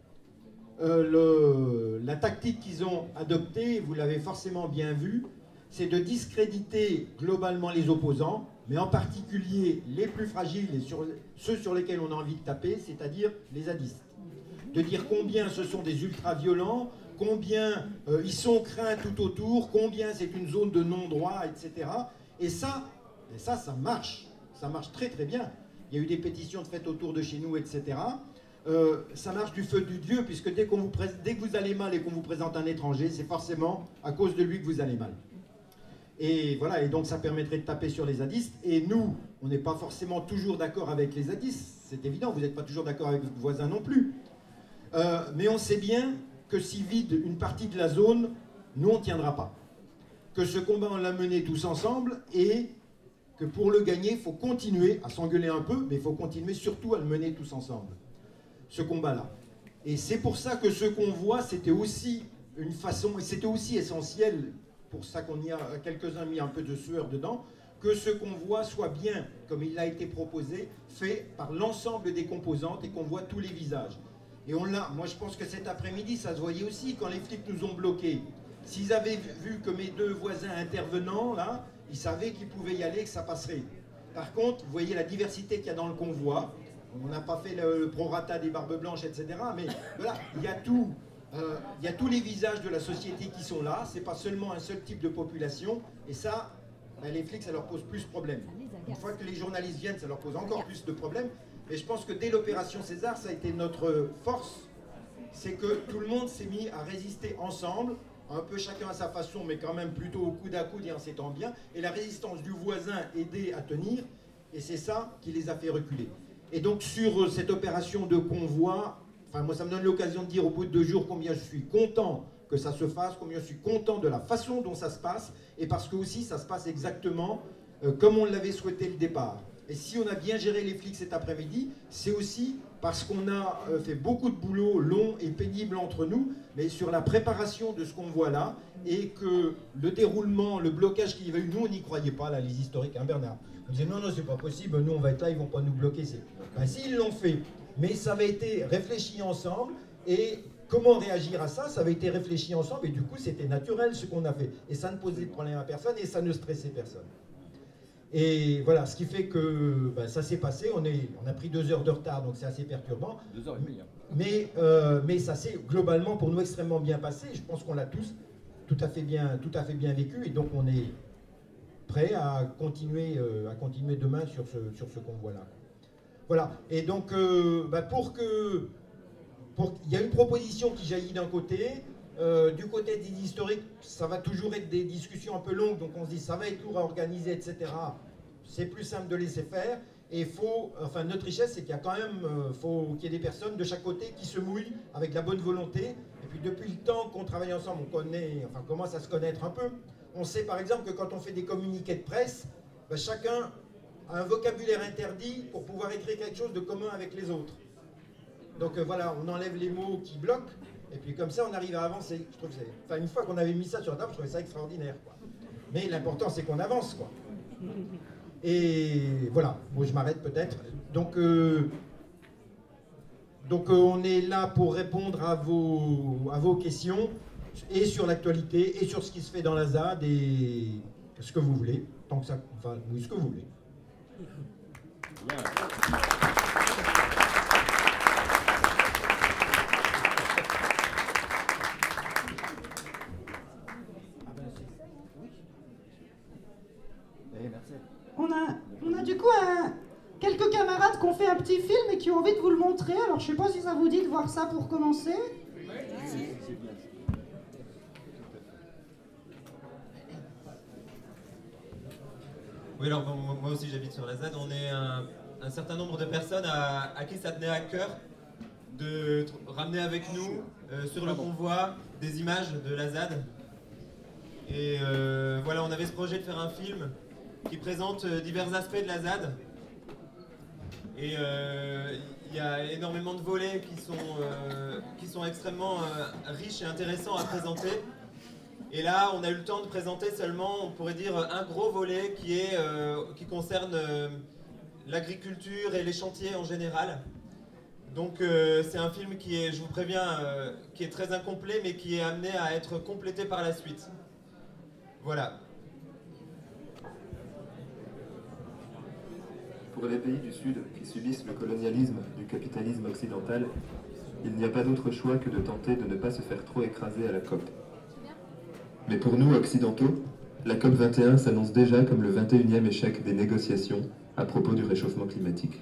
euh, le, la tactique qu'ils ont adoptée, vous l'avez forcément bien vu, c'est de discréditer globalement les opposants, mais en particulier les plus fragiles et sur, ceux sur lesquels on a envie de taper, c'est-à-dire les zadistes. De dire combien ce sont des ultra-violents, combien euh, ils sont craints tout autour, combien c'est une zone de non-droit, et cetera. Et ça, et ça, ça marche. Ça marche très très bien. Il y a eu des pétitions de faites autour de chez nous, et cetera. Euh, ça marche du feu du Dieu, puisque dès, qu'on vous pré- dès que vous allez mal et qu'on vous présente un étranger, c'est forcément à cause de lui que vous allez mal. Et voilà, et donc ça permettrait de taper sur les zadistes. Et nous, on n'est pas forcément toujours d'accord avec les zadistes, c'est évident, vous n'êtes pas toujours d'accord avec votre voisin non plus. Euh, mais on sait bien que si vide une partie de la zone, nous on ne tiendra pas. Que ce combat on l'a mené tous ensemble, et que pour le gagner, il faut continuer à s'engueuler un peu, mais il faut continuer surtout à le mener tous ensemble, ce combat-là. Et c'est pour ça que ce convoi, c'était aussi une façon, et c'était aussi essentiel, pour ça qu'on y a quelques-uns mis un peu de sueur dedans, que ce convoi soit bien, comme il a été proposé, fait par l'ensemble des composantes et qu'on voit tous les visages. Et on l'a, moi je pense que cet après-midi, ça se voyait aussi, quand les flics nous ont bloqués, S'ils avaient vu que mes deux voisins intervenants, là, ils savaient qu'ils pouvaient y aller, que ça passerait. Par contre, vous voyez la diversité qu'il y a dans le convoi. On n'a pas fait le, le prorata des barbes blanches, et cetera. Mais voilà, il y a tout. Euh, il y a tous les visages de la société qui sont là. C'est pas seulement un seul type de population. Et ça, ben, les flics, ça leur pose plus de problèmes. Une fois que les journalistes viennent, ça leur pose encore plus de problèmes. Mais je pense que dès l'opération César, ça a été notre force. C'est que tout le monde s'est mis à résister ensemble, un peu chacun à sa façon, mais quand même plutôt au coude à coude et en s'étant bien. Et la résistance du voisin aidait à tenir. Et c'est ça qui les a fait reculer. Et donc sur cette opération de convoi, enfin moi ça me donne l'occasion de dire au bout de deux jours combien je suis content que ça se fasse, combien je suis content de la façon dont ça se passe, et parce que aussi ça se passe exactement euh, comme on l'avait souhaité le départ. Et si on a bien géré les flics cet après-midi, c'est aussi parce qu'on a euh, fait beaucoup de boulot long et pénible entre nous, mais sur la préparation de ce convoi-là, et que le déroulement, le blocage qu'il y avait eu, nous on n'y croyait pas, là, les historiques, hein Bernard. On disait non, non, c'est pas possible, nous on va être là, ils vont pas nous bloquer. Ben, si, ils l'ont fait, mais ça avait été réfléchi ensemble, et comment réagir à ça, ça avait été réfléchi ensemble, et du coup c'était naturel ce qu'on a fait. Et ça ne posait de problème à personne, et ça ne stressait personne. Et voilà, ce qui fait que ben, ça s'est passé, on, est, on a pris deux heures de retard, donc c'est assez perturbant. Deux heures et demie. Hein. Mais, euh, mais ça s'est globalement pour nous extrêmement bien passé, je pense qu'on l'a tous tout à fait bien, tout à fait bien vécu, et donc on est prêt à continuer, euh, à continuer demain sur ce, sur ce convoi-là. Voilà, et donc euh, bah pour que... Il y a une proposition qui jaillit d'un côté, euh, du côté des historiques, ça va toujours être des discussions un peu longues, donc on se dit ça va être lourd à organiser, et cetera. C'est plus simple de laisser faire, et il faut, enfin notre richesse c'est qu'il y a quand même, euh, faut qu'il y ait des personnes de chaque côté qui se mouillent avec la bonne volonté, et puis depuis le temps qu'on travaille ensemble, on connaît, enfin on commence à se connaître un peu. On sait par exemple que quand on fait des communiqués de presse, ben, chacun a un vocabulaire interdit pour pouvoir écrire quelque chose de commun avec les autres. Donc euh, voilà, on enlève les mots qui bloquent, et puis comme ça on arrive à avancer. Je trouve que c'est... Enfin, une fois qu'on avait mis ça sur la table, je trouvais ça extraordinaire, quoi. Mais l'important c'est qu'on avance, quoi. Et voilà, moi je m'arrête peut-être. Donc, euh... Donc euh, on est là pour répondre à vos, à vos questions, et sur l'actualité, et sur ce qui se fait dans la Z A D, et ce que vous voulez, tant que ça... Enfin, oui, ce que vous voulez. Voilà. On a, on a du coup un, quelques camarades qui ont fait un petit film et qui ont envie de vous le montrer. Alors je sais pas si ça vous dit de voir ça pour commencer. Oui, alors bon, moi aussi j'habite sur la Z A D. On est un, un certain nombre de personnes à, à qui ça tenait à cœur de ramener avec nous euh, sur le convoi des images de la Z A D. Et euh, voilà, on avait ce projet de faire un film qui présente euh, divers aspects de la Z A D. Et il euh, y a énormément de volets qui sont, euh, qui sont extrêmement euh, riches et intéressants à présenter. Et là, on a eu le temps de présenter seulement, on pourrait dire, un gros volet qui, est, euh, qui concerne euh, l'agriculture et les chantiers en général. Donc euh, c'est un film qui est, je vous préviens, euh, qui est très incomplet, mais qui est amené à être complété par la suite. Voilà. Pour les pays du Sud qui subissent le colonialisme du capitalisme occidental, il n'y a pas d'autre choix que de tenter de ne pas se faire trop écraser à la COP. Mais pour nous, occidentaux, la COP vingt et un s'annonce déjà comme le vingt et unième échec des négociations à propos du réchauffement climatique.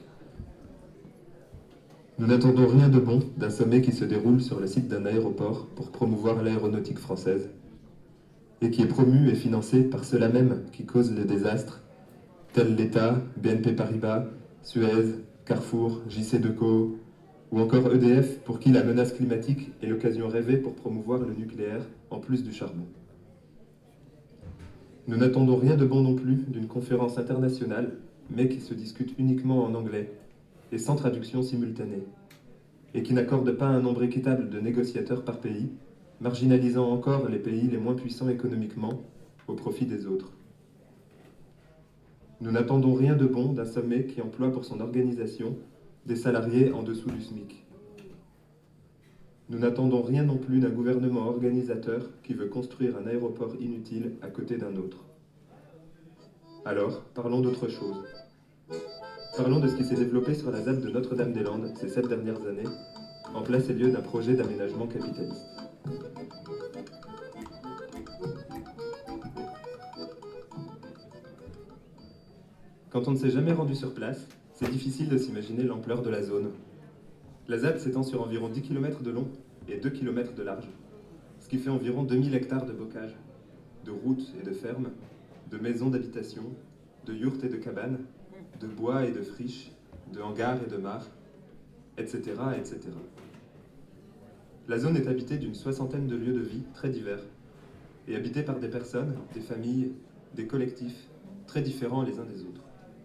Nous n'attendons rien de bon d'un sommet qui se déroule sur le site d'un aéroport pour promouvoir l'aéronautique française, et qui est promu et financé par ceux-là même qui causent le désastre, tels l'État, B N P Paribas, Suez, Carrefour, J C Decaux, ou encore E D F, pour qui la menace climatique est l'occasion rêvée pour promouvoir le nucléaire, en plus du charbon. Nous n'attendons rien de bon non plus d'une conférence internationale, mais qui se discute uniquement en anglais, et sans traduction simultanée, et qui n'accorde pas un nombre équitable de négociateurs par pays, marginalisant encore les pays les moins puissants économiquement, au profit des autres. Nous n'attendons rien de bon d'un sommet qui emploie pour son organisation des salariés en dessous du SMIC. Nous n'attendons rien non plus d'un gouvernement organisateur qui veut construire un aéroport inutile à côté d'un autre. Alors, parlons d'autre chose. Parlons de ce qui s'est développé sur la Z A D de Notre-Dame-des-Landes ces sept dernières années, en place et lieu d'un projet d'aménagement capitaliste. Quand on ne s'est jamais rendu sur place, c'est difficile de s'imaginer l'ampleur de la zone. La Z A D s'étend sur environ dix kilomètres de long et deux kilomètres de large, ce qui fait environ deux mille hectares de bocage, de routes et de fermes, de maisons d'habitation, de yurts et de cabanes, de bois et de friches, de hangars et de mares, et cetera, et cetera. La zone est habitée d'une soixantaine de lieux de vie très divers, et habitée par des personnes, des familles, des collectifs, très différents les uns des autres.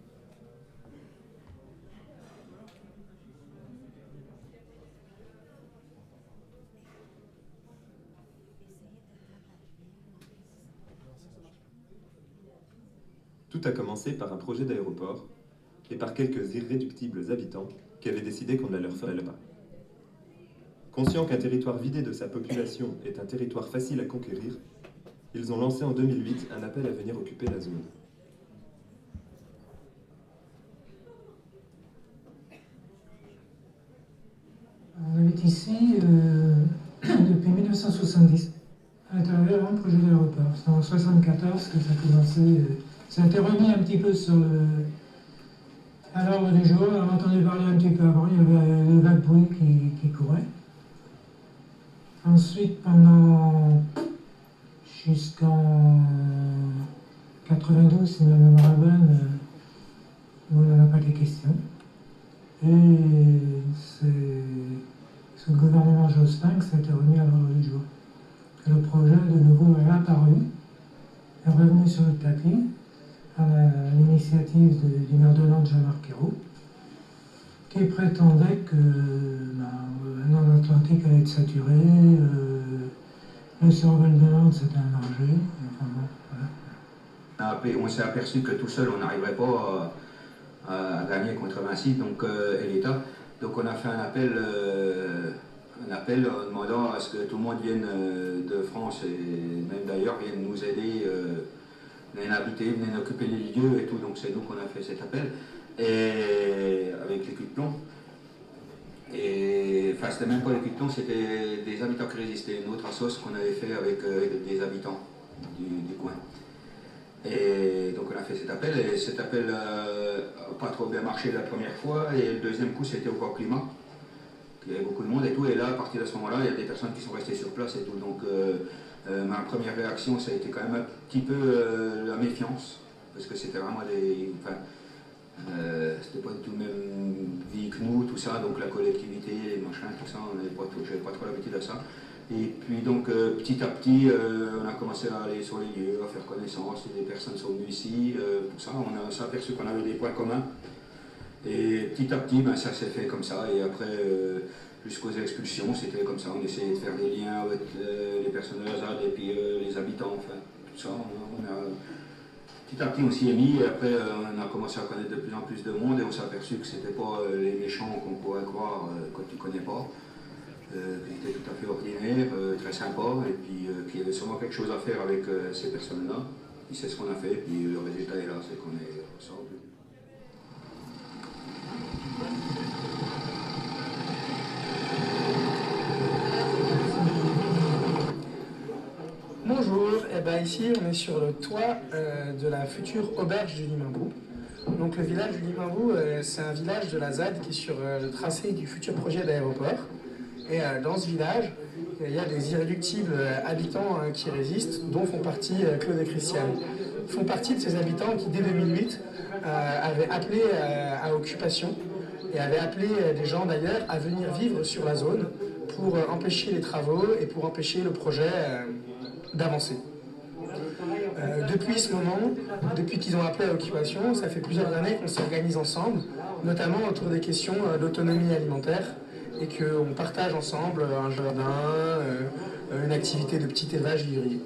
Tout a commencé par un projet d'aéroport et par quelques irréductibles habitants qui avaient décidé qu'on ne leur ferait pas. Conscients qu'un territoire vidé de sa population est un territoire facile à conquérir, ils ont lancé en deux mille huit un appel à venir occuper la zone. On habite ici euh, depuis mille neuf cent soixante-dix, à travers un projet d'aéroport. C'est en mille neuf cent soixante-quatorze que ça a commencé. Euh, ça a été remis un petit peu sur le, à l'ordre du jour. On a entendu parler un petit peu avant, il y avait des vagues bruits qui, qui couraient. Ensuite, pendant jusqu'en quatre-vingt-douze, si ma mémoire est bonne, euh, on n'en a pas été question. Et c'est sous le gouvernement Jospin que ça a été remis à l'ordre du jour. Et le projet de nouveau est apparu, est revenu sur le tapis à l'initiative du maire de Nantes, Jean-Marc Ayrault, qui prétendait que ben, le nord Atlantique allait être saturé, euh, le survol de Nantes c'était un danger. Enfin, bon, voilà. On s'est aperçu que tout seul on n'arriverait pas à, à gagner contre Vinci donc, euh, et l'État. Donc on a fait un appel, euh, un appel en demandant à ce que tout le monde vienne euh, de France et même d'ailleurs vienne nous aider, euh, vienne habiter, vienne occuper les lieux et tout. Donc c'est nous qu'on a fait cet appel et avec les culs de plomb. Et enfin c'était même pas les culs de plomb, c'était des habitants qui résistaient. Une autre assoce qu'on avait fait avec euh, des habitants du, du coin. Et donc on a fait cet appel, et cet appel n'a euh, pas trop bien marché la première fois, et le deuxième coup c'était au Corps Climat. Il y avait beaucoup de monde et tout, et là à partir de ce moment-là, il y a des personnes qui sont restées sur place et tout. Donc euh, euh, ma première réaction, ça a été quand même un petit peu euh, la méfiance, parce que c'était vraiment des... Enfin, euh, c'était pas du tout le même vie que nous, tout ça, donc la collectivité, les machins, tout ça, on n'avait pas, j'avais pas trop l'habitude à ça. Et puis donc euh, petit à petit, euh, on a commencé à aller sur les lieux, à faire connaissance, et des personnes sont venues ici, euh, tout ça, on a s'est aperçu qu'on avait des points communs. Et petit à petit, ben, ça s'est fait comme ça, et après, euh, jusqu'aux expulsions, c'était comme ça, on essayait de faire des liens avec euh, les personnes de la Z A D et puis euh, les habitants, enfin, tout ça, on a, on a petit à petit on s'y est mis, et après euh, on a commencé à connaître de plus en plus de monde, et on s'est aperçu que c'était pas euh, les méchants qu'on pourrait croire euh, quand tu connais pas. Euh, qui était tout à fait ordinaire, euh, très sympa, et puis euh, qu'il y avait sûrement quelque chose à faire avec euh, ces personnes-là. Et c'est ce qu'on a fait, et puis le résultat est là, c'est qu'on est ensemble. Bonjour, eh ben ici on est sur le toit euh, de la future auberge du Limambou. Donc le village du Limambou, euh, c'est un village de la Z A D qui est sur euh, le tracé du futur projet d'aéroport. Et euh, dans ce village, il y a des irréductibles euh, habitants euh, qui résistent, dont font partie euh, Claude et Christiane. Ils font partie de ces habitants qui, dès deux mille huit, euh, avaient appelé euh, à occupation et avaient appelé euh, des gens d'ailleurs à venir vivre sur la zone pour euh, empêcher les travaux et pour empêcher le projet euh, d'avancer. Euh, depuis ce moment, depuis qu'ils ont appelé à l'occupation, ça fait plusieurs années qu'on s'organise ensemble, notamment autour des questions euh, d'autonomie alimentaire, et qu'on partage ensemble un jardin, euh, une activité de petit élevage vivrier.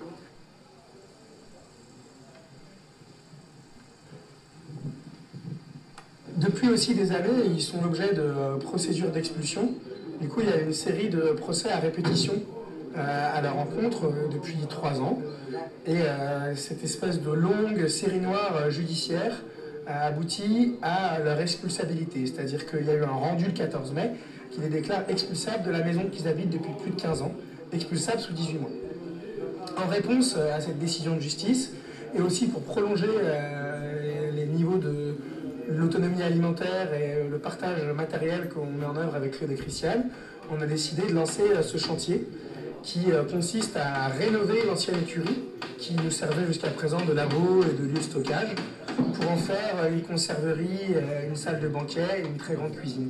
Depuis aussi des années, ils sont l'objet de procédures d'expulsion Du coup, il y a une série de procès à répétition euh, à leur encontre euh, depuis trois ans. Et euh, cette espèce de longue série noire euh, judiciaire a abouti à leur expulsabilité. C'est-à-dire qu'il y a eu un rendu le quatorze mai qui les déclare expulsables de la maison qu'ils habitent depuis plus de quinze ans, expulsables sous dix-huit mois. En réponse à cette décision de justice, et aussi pour prolonger euh, les niveaux de l'autonomie alimentaire et le partage matériel qu'on met en œuvre avec Claude et Christiane, on a décidé de lancer ce chantier qui consiste à rénover l'ancienne écurie qui nous servait jusqu'à présent de labo et de lieu de stockage pour en faire une conserverie, une salle de banquet et une très grande cuisine.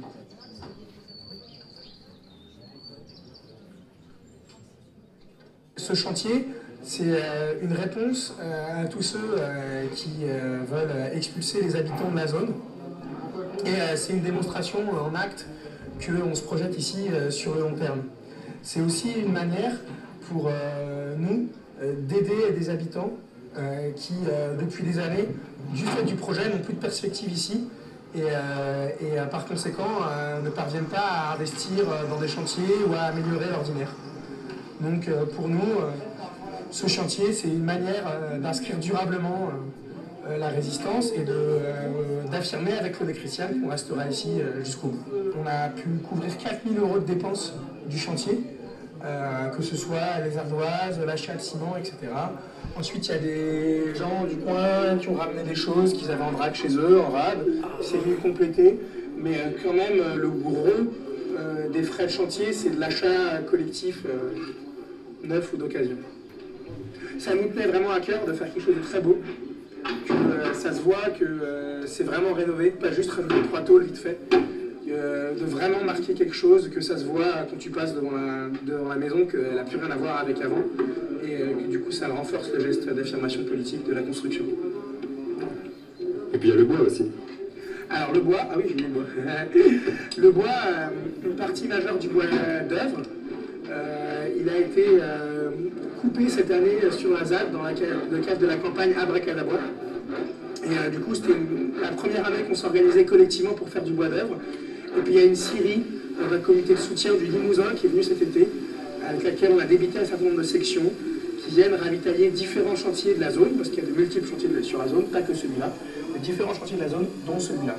Ce chantier, c'est une réponse à tous ceux qui veulent expulser les habitants de la zone. Et c'est une démonstration en acte qu'on se projette ici sur le long terme. C'est aussi une manière pour nous d'aider des habitants qui, depuis des années, du fait du projet, n'ont plus de perspective ici et, et par conséquent ne parviennent pas à investir dans des chantiers ou à améliorer l'ordinaire. Donc pour nous, ce chantier, c'est une manière d'inscrire durablement la résistance et d'affirmer avec Claude et Christiane qu'on restera ici jusqu'au bout. On a pu couvrir quatre mille euros de dépenses du chantier, euh, que ce soit les ardoises, l'achat de ciment, et cetera. Ensuite, il y a des gens du coin qui ont ramené des choses qu'ils avaient en vrac chez eux, en rade. C'est venu compléter, mais quand même, le gros euh, des frais de chantier, c'est de l'achat collectif euh, neuf ou d'occasion. Ça nous tenait vraiment à cœur de faire quelque chose de très beau, que euh, ça se voit que euh, c'est vraiment rénové, pas juste rénover trois tôles vite fait, euh, de vraiment marquer quelque chose, que ça se voit quand tu passes devant la, devant la maison, qu'elle n'a plus rien à voir avec avant, et euh, que du coup ça renforce le geste d'affirmation politique de la construction. Et puis il y a le bois aussi. Alors le bois, ah oui, j'ai mis le bois. Le bois, euh, une partie majeure du bois d'œuvre, euh, il a été euh, coupé cette année sur la ZAD, dans la cave, le cadre de la campagne Abracadabra. Et euh, du coup, c'était la première année qu'on s'organisait collectivement pour faire du bois d'œuvre. Et puis il y a une scierie dans un comité de soutien du Limousin qui est venu cet été, avec laquelle on a débité un certain nombre de sections qui viennent ravitailler différents chantiers de la zone, parce qu'il y a de multiples chantiers sur la zone, pas que celui-là, mais différents chantiers de la zone, dont celui-là.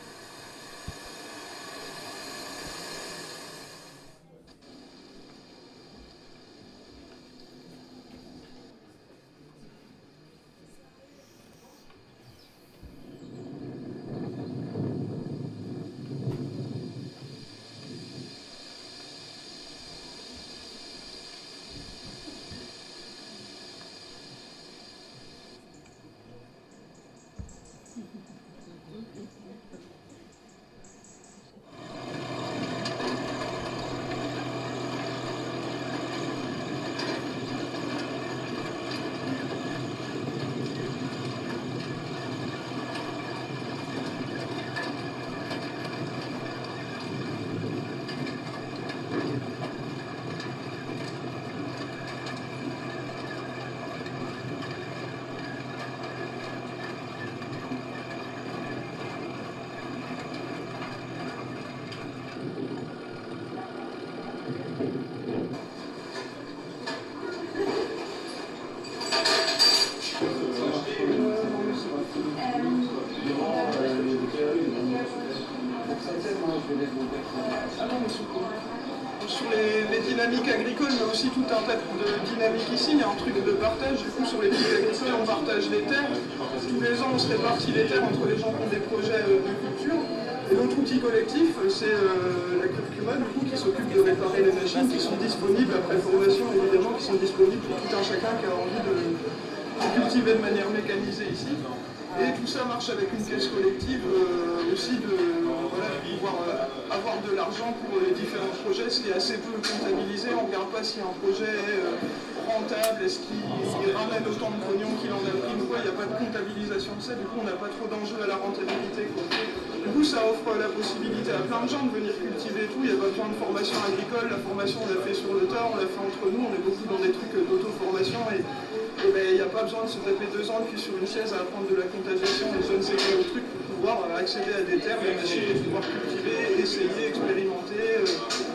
Sur les, les dynamiques agricoles, mais aussi tout un tas de dynamiques ici, il y a un truc de partage. Du coup, sur les dynamiques agricoles, on partage les terres. Tous les ans, on se répartit les terres entre les gens qui ont des projets de culture. Et notre outil collectif, c'est euh, la curcuma, du coup, qui s'occupe de réparer les machines qui sont disponibles après formation, évidemment, qui sont disponibles pour tout un chacun qui a envie de, de cultiver de manière mécanisée ici. Et tout ça marche avec une caisse collective euh, aussi de, voilà, de pouvoir euh, avoir de l'argent pour les différents projets, ce qui est assez peu comptabilisé. On ne regarde pas si un projet est euh, rentable, est-ce qu'il ramène autant de pognon qu'il en a pris ou quoi. Il n'y a pas de comptabilisation de ça, du coup on n'a pas trop d'enjeux à la rentabilité, quoi. Du coup ça offre la possibilité à plein de gens de venir cultiver tout. Il n'y a pas besoin de formation agricole, la formation on l'a fait sur le tas, on l'a fait entre nous, on est beaucoup dans des trucs d'auto-formation et il n'y a pas besoin de se taper deux ans puis sur une chaise à apprendre de la contagion et je ne sais quel truc pour pouvoir accéder à des terres, des machines et pouvoir cultiver, essayer, expérimenter.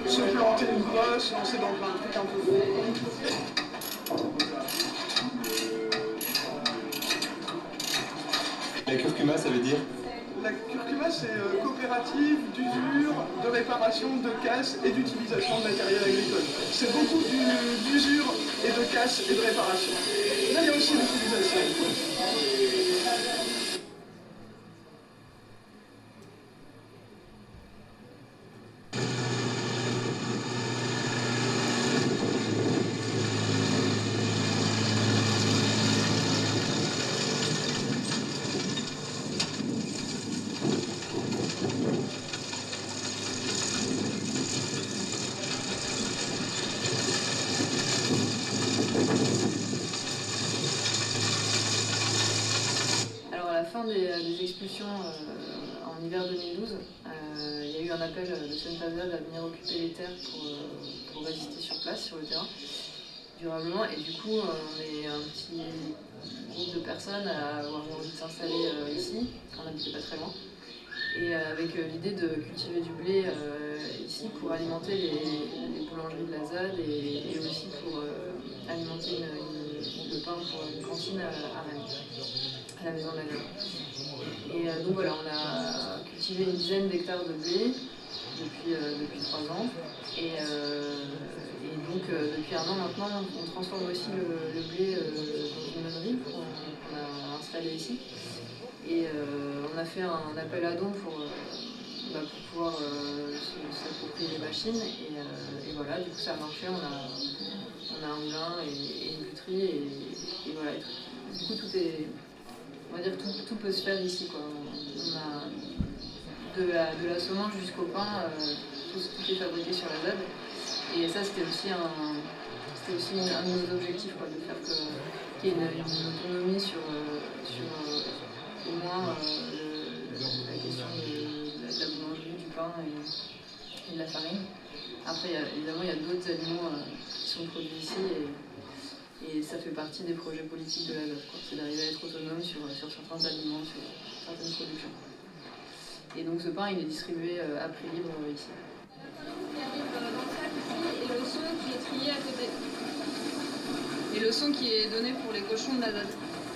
se planter une brosse, lancer dans plein de trucs un peu fous. La curcuma, ça veut dire? La curcuma, c'est euh, coopérative d'usure, de réparation, de casse et d'utilisation de matériel agricole. C'est beaucoup du- d'usure et de casse et de réparation. Là, il y a aussi l'utilisation. Alors à la fin des, des expulsions euh, en hiver deux mille douze, euh, il y a eu un appel de Sainte-Azade à venir occuper les terres pour, euh, pour résister sur place, sur le terrain, durablement. Et du coup, euh, on est un petit groupe de personnes à avoir envie de s'installer euh, ici, on n'habitait pas très loin. Et euh, avec euh, l'idée de cultiver du blé euh, ici pour alimenter les, les boulangeries de la Z A D et, et aussi pour euh, alimenter une, une, le pain pour une cantine à, à Rennes, à la maison de la Z A D. Et euh, donc voilà, on a cultivé une dizaine d'hectares de blé depuis, euh, depuis trois ans. Et, euh, et donc euh, depuis un an maintenant, on transforme aussi le, le blé euh, dans une meunerie qu'on qu'on a installée ici. Et euh, on a fait un appel à dons pour, euh, bah, pour pouvoir euh, s'approprier les machines. Et, euh, et voilà, du coup ça a marché. On a, on a un moulin et, et une buterie. Et, et voilà. Et du coup tout est, on va dire tout, tout peut se faire ici, quoi. On a de la, de la semence jusqu'au pain, euh, tout, tout est fabriqué sur la Z A D. Et ça c'était aussi un, c'était aussi une, un de nos objectifs, quoi, de faire que, qu'il y ait une, une autonomie sur, euh, sur euh, au moins euh, le, la question de, de la boulangerie, du pain et, et de la farine. Après, il y a, évidemment, il y a d'autres aliments euh, qui sont produits ici et, et ça fait partie des projets politiques de la Z A D, quoi. C'est d'arriver à être autonome sur, sur certains aliments, sur certaines productions. Et donc ce pain, il est distribué euh, à prix libre euh, ici. Et le son qui est trié à côté. Et le son qui est donné pour les cochons de la Z A D.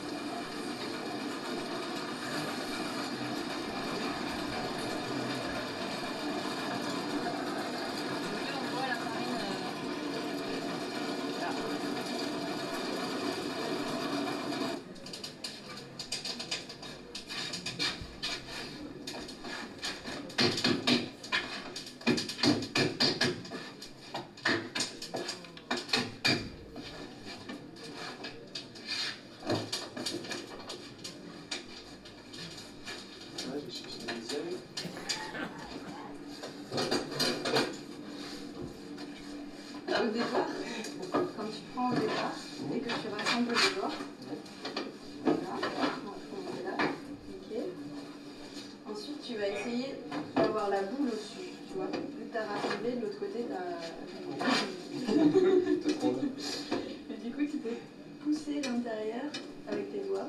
Au départ, quand tu prends au départ et que tu rassembles les bords, voilà, on est là, ok. Ensuite, tu vas essayer d'avoir la boule au-dessus, tu vois. Vu que tu as rassemblé, de l'autre côté, tu as... Et du coup, tu peux pousser l'intérieur avec tes doigts.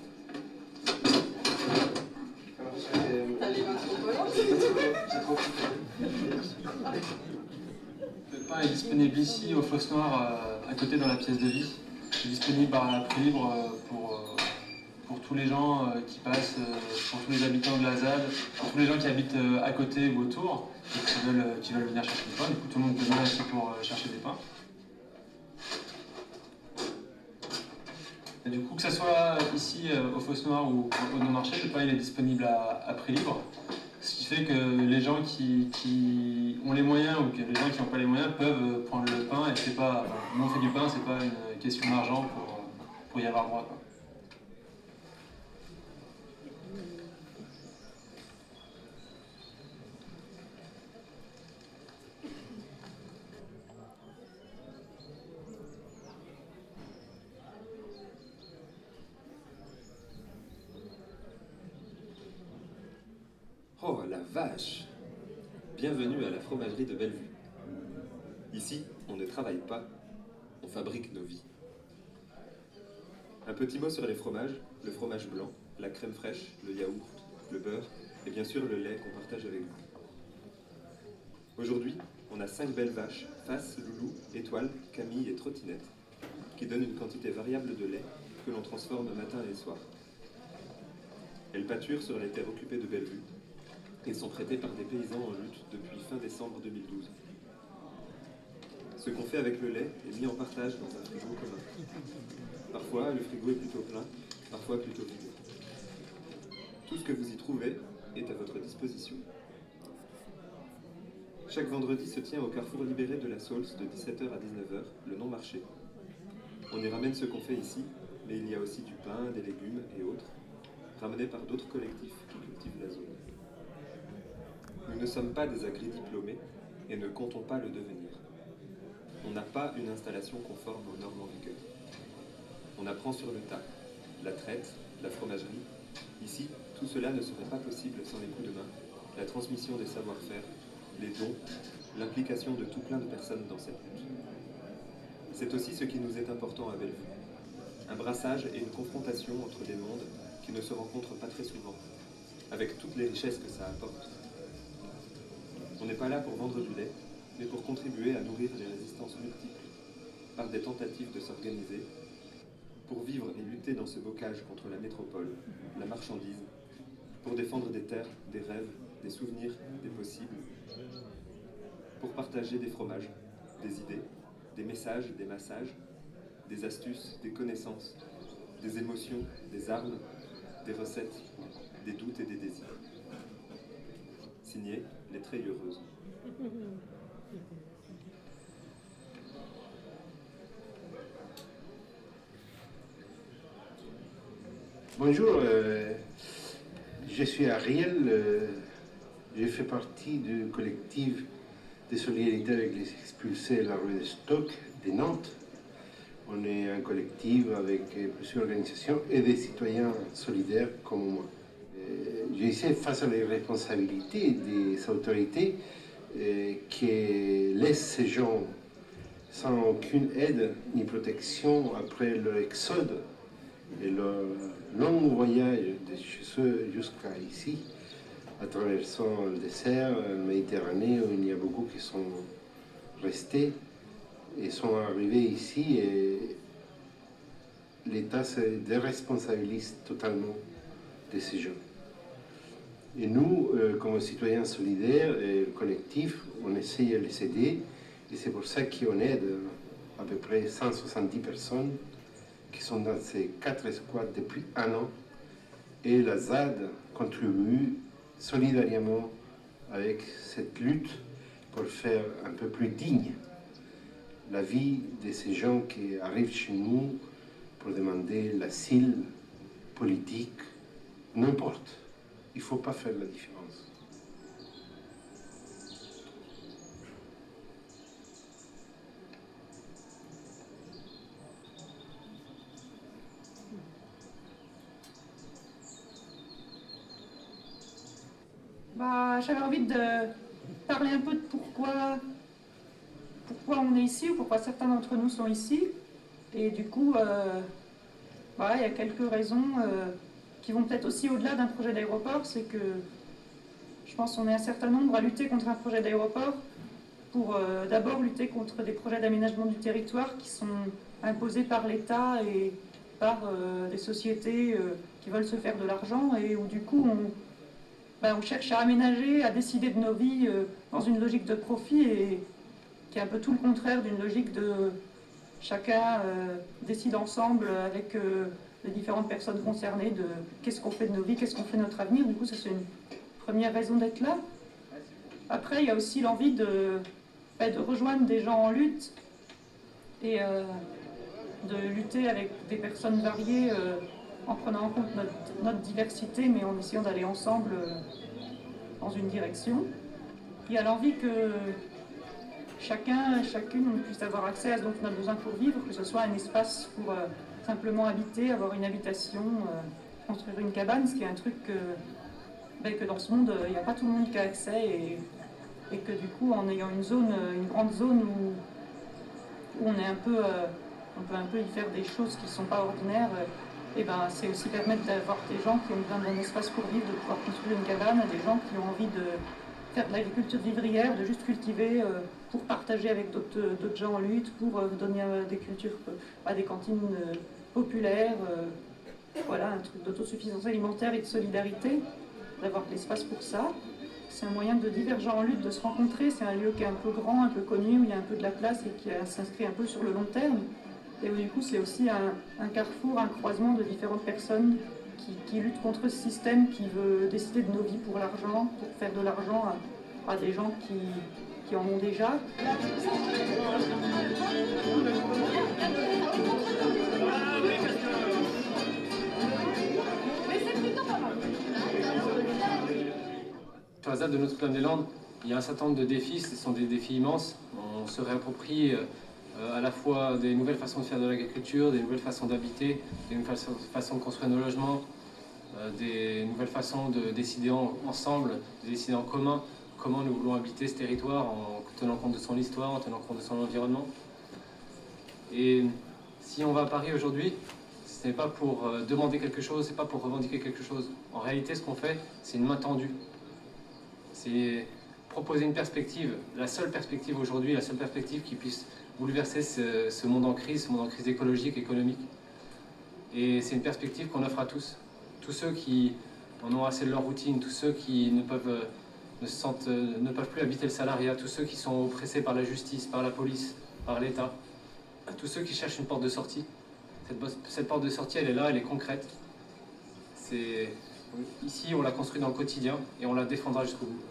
T'as les mains trop collantes. Le pain est disponible ici au Fosse Noire, euh, à côté dans la pièce de vie. Il est disponible à prix libre euh, pour, euh, pour tous les gens euh, qui passent, euh, pour tous les habitants de la Z A D, pour tous les gens qui habitent euh, à côté ou autour et qui veulent, euh, qui veulent venir chercher du pain. Du coup, tout le monde peut venir ici pour euh, chercher des pains. Et du coup, que ce soit ici euh, au Fosse Noire ou au non-marché, le pain il est disponible à, à prix libre. Ce qui fait que les gens qui, qui ont les moyens ou que les gens qui n'ont pas les moyens peuvent prendre le pain et c'est pas, enfin, nous on fait du pain, c'est pas une question d'argent pour, pour y avoir droit, quoi. Oh la vache! Bienvenue à la fromagerie de Bellevue. Ici, on ne travaille pas, on fabrique nos vies. Un petit mot sur les fromages, le fromage blanc, la crème fraîche, le yaourt, le beurre et bien sûr le lait qu'on partage avec vous. Aujourd'hui, on a cinq belles vaches, Face, Loulou, Étoile, Camille et Trottinette, qui donnent une quantité variable de lait que l'on transforme matin et soir. Elles pâturent sur les terres occupées de Bellevue et sont prêtées par des paysans en lutte depuis fin décembre deux mille douze. Ce qu'on fait avec le lait est mis en partage dans un frigo commun. Parfois, le frigo est plutôt plein, parfois plutôt vide. Tout ce que vous y trouvez est à votre disposition. Chaque vendredi se tient au carrefour libéré de la Saulce de dix-sept heures à dix-neuf heures, le non-marché. On y ramène ce qu'on fait ici, mais il y a aussi du pain, des légumes et autres, ramenés par d'autres collectifs qui cultivent la zone. Nous ne sommes pas des agri-diplômés et ne comptons pas le devenir. On n'a pas une installation conforme aux normes en vigueur. On apprend sur le tas, la traite, la fromagerie. Ici, tout cela ne serait pas possible sans les coups de main, la transmission des savoir-faire, les dons, l'implication de tout plein de personnes dans cette lutte. C'est aussi ce qui nous est important à Bellevue. Un brassage et une confrontation entre des mondes qui ne se rencontrent pas très souvent, avec toutes les richesses que ça apporte. On n'est pas là pour vendre du lait, mais pour contribuer à nourrir les résistances multiples, par des tentatives de s'organiser, pour vivre et lutter dans ce bocage contre la métropole, la marchandise, pour défendre des terres, des rêves, des souvenirs, des possibles, pour partager des fromages, des idées, des messages, des massages, des astuces, des connaissances, des émotions, des armes, des recettes, des doutes et des désirs. Signé, Les Treilheureuses. Bonjour, euh, je suis Ariel, euh, je fais partie du collectif de solidarité avec les expulsés de la rue de Stock de Nantes. On est un collectif avec plusieurs organisations et des citoyens solidaires comme moi. Euh, je disais face à les responsabilités des autorités euh, qui laissent ces gens sans aucune aide ni protection après leur exode et leur long voyage de chez eux jusqu'à ici, à traversant le désert, la Méditerranée, où il y a beaucoup qui sont restés et sont arrivés ici, et l'État se déresponsabilise totalement de ces gens. Et nous, euh, comme citoyens solidaires et collectifs, on essaye de les aider, et c'est pour ça qu'on aide à peu près cent soixante-dix personnes qui sont dans ces quatre squats depuis un an, et la Z A D contribue solidairement avec cette lutte pour faire un peu plus digne la vie de ces gens qui arrivent chez nous pour demander l'asile politique, n'importe. Il ne faut pas faire la différence. Bah, j'avais envie de parler un peu de pourquoi, pourquoi on est ici, ou pourquoi certains d'entre nous sont ici. Et du coup, euh, voilà, il y a quelques raisons euh, qui vont peut-être aussi au-delà d'un projet d'aéroport. C'est que je pense qu'on est un certain nombre à lutter contre un projet d'aéroport pour euh, d'abord lutter contre des projets d'aménagement du territoire qui sont imposés par l'État et par euh, des sociétés euh, qui veulent se faire de l'argent, et où du coup on, ben, on cherche à aménager, à décider de nos vies euh, dans une logique de profit, et qui est un peu tout le contraire d'une logique de chacun euh, décide ensemble avec euh, les différentes personnes concernées de qu'est-ce qu'on fait de nos vies, qu'est-ce qu'on fait de notre avenir. Du coup, ça c'est une première raison d'être là. Après, il y a aussi l'envie de, ben, de rejoindre des gens en lutte et euh, de lutter avec des personnes variées euh, en prenant en compte notre, notre diversité, mais en essayant d'aller ensemble euh, dans une direction. Il y a l'envie que chacun, chacune, on puisse avoir accès à ce dont on a besoin pour vivre, que ce soit un espace pour euh, simplement habiter, avoir une habitation, euh, construire une cabane, ce qui est un truc que, ben, que dans ce monde, il n'y a pas tout le monde qui a accès, et, et que du coup, en ayant une zone, une grande zone où, où on est un peu, euh, on peut un peu y faire des choses qui ne sont pas ordinaires, euh, et ben, c'est aussi permettre d'avoir des gens qui ont besoin d'un espace pour vivre, de pouvoir construire une cabane, des gens qui ont envie de faire de l'agriculture vivrière, de juste cultiver euh, pour partager avec d'autres d'autres gens en lutte, pour euh, donner euh, des cultures à des cantines euh, populaires, euh, voilà, un truc d'autosuffisance alimentaire et de solidarité, d'avoir de l'espace pour ça. C'est un moyen de divergents en lutte de se rencontrer, c'est un lieu qui est un peu grand, un peu connu, où il y a un peu de la place et qui s'inscrit un peu sur le long terme. Et où du coup c'est aussi un, un carrefour, un croisement de différentes personnes qui, qui luttent contre ce système qui veut décider de nos vies pour l'argent, pour faire de l'argent à, à des gens qui, qui en ont déjà. Sur la Z A D de Notre-Dame-des-Landes, il y a un certain nombre de défis, ce sont des défis immenses. On se réapproprie euh, à la fois des nouvelles façons de faire de l'agriculture, des nouvelles façons d'habiter, des nouvelles façons de construire nos logements, euh, des nouvelles façons de décider en, ensemble, de décider en commun comment nous voulons habiter ce territoire en tenant compte de son histoire, en tenant compte de son environnement. Et si on va à Paris aujourd'hui, ce n'est pas pour euh, demander quelque chose, ce n'est pas pour revendiquer quelque chose. En réalité, ce qu'on fait, c'est une main tendue. C'est proposer une perspective, la seule perspective aujourd'hui, la seule perspective qui puisse bouleverser ce, ce monde en crise, ce monde en crise écologique, économique. Et c'est une perspective qu'on offre à tous. Tous ceux qui en ont assez de leur routine, tous ceux qui ne peuvent, ne se sentent, ne peuvent plus habiter le salariat, tous ceux qui sont oppressés par la justice, par la police, par l'État, tous ceux qui cherchent une porte de sortie. Cette, cette porte de sortie, elle est là, elle est concrète. C'est, ici, on l'a construit dans le quotidien et on la défendra jusqu'au bout.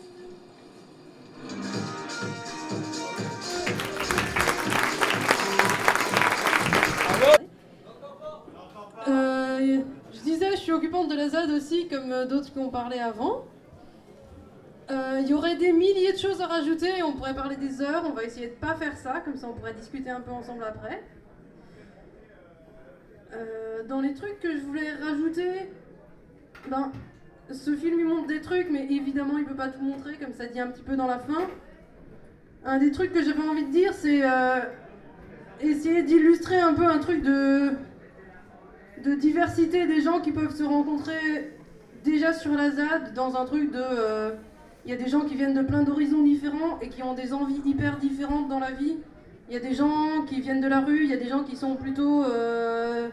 Euh, je disais, je suis occupante de la Z A D aussi, comme d'autres qui ont parlé avant. Euh, il y aurait des milliers de choses à rajouter, on pourrait parler des heures, on va essayer de pas faire ça, comme ça on pourrait discuter un peu ensemble après. Euh, dans les trucs que je voulais rajouter, ben, ce film il montre des trucs, mais évidemment il peut pas tout montrer, comme ça dit un petit peu dans la fin. Un des trucs que j'avais envie de dire, c'est euh, essayer d'illustrer un peu un truc de, de diversité des gens qui peuvent se rencontrer déjà sur la Z A D, dans un truc de... Euh, il y a des gens qui viennent de plein d'horizons différents et qui ont des envies hyper différentes dans la vie. Il y a des gens qui viennent de la rue, il y a des gens qui sont plutôt... Euh,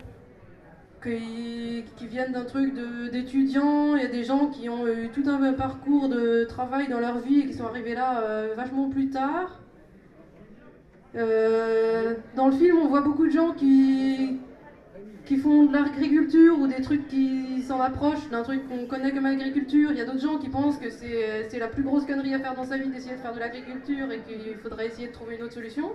qui, qui viennent d'un truc de, d'étudiants, il y a des gens qui ont eu tout un parcours de travail dans leur vie et qui sont arrivés là euh, vachement plus tard. Euh, dans le film, on voit beaucoup de gens qui, qui font de l'agriculture ou des trucs qui s'en approchent d'un truc qu'on connaît comme agriculture. Il y a d'autres gens qui pensent que c'est, c'est la plus grosse connerie à faire dans sa vie d'essayer de faire de l'agriculture et qu'il faudrait essayer de trouver une autre solution.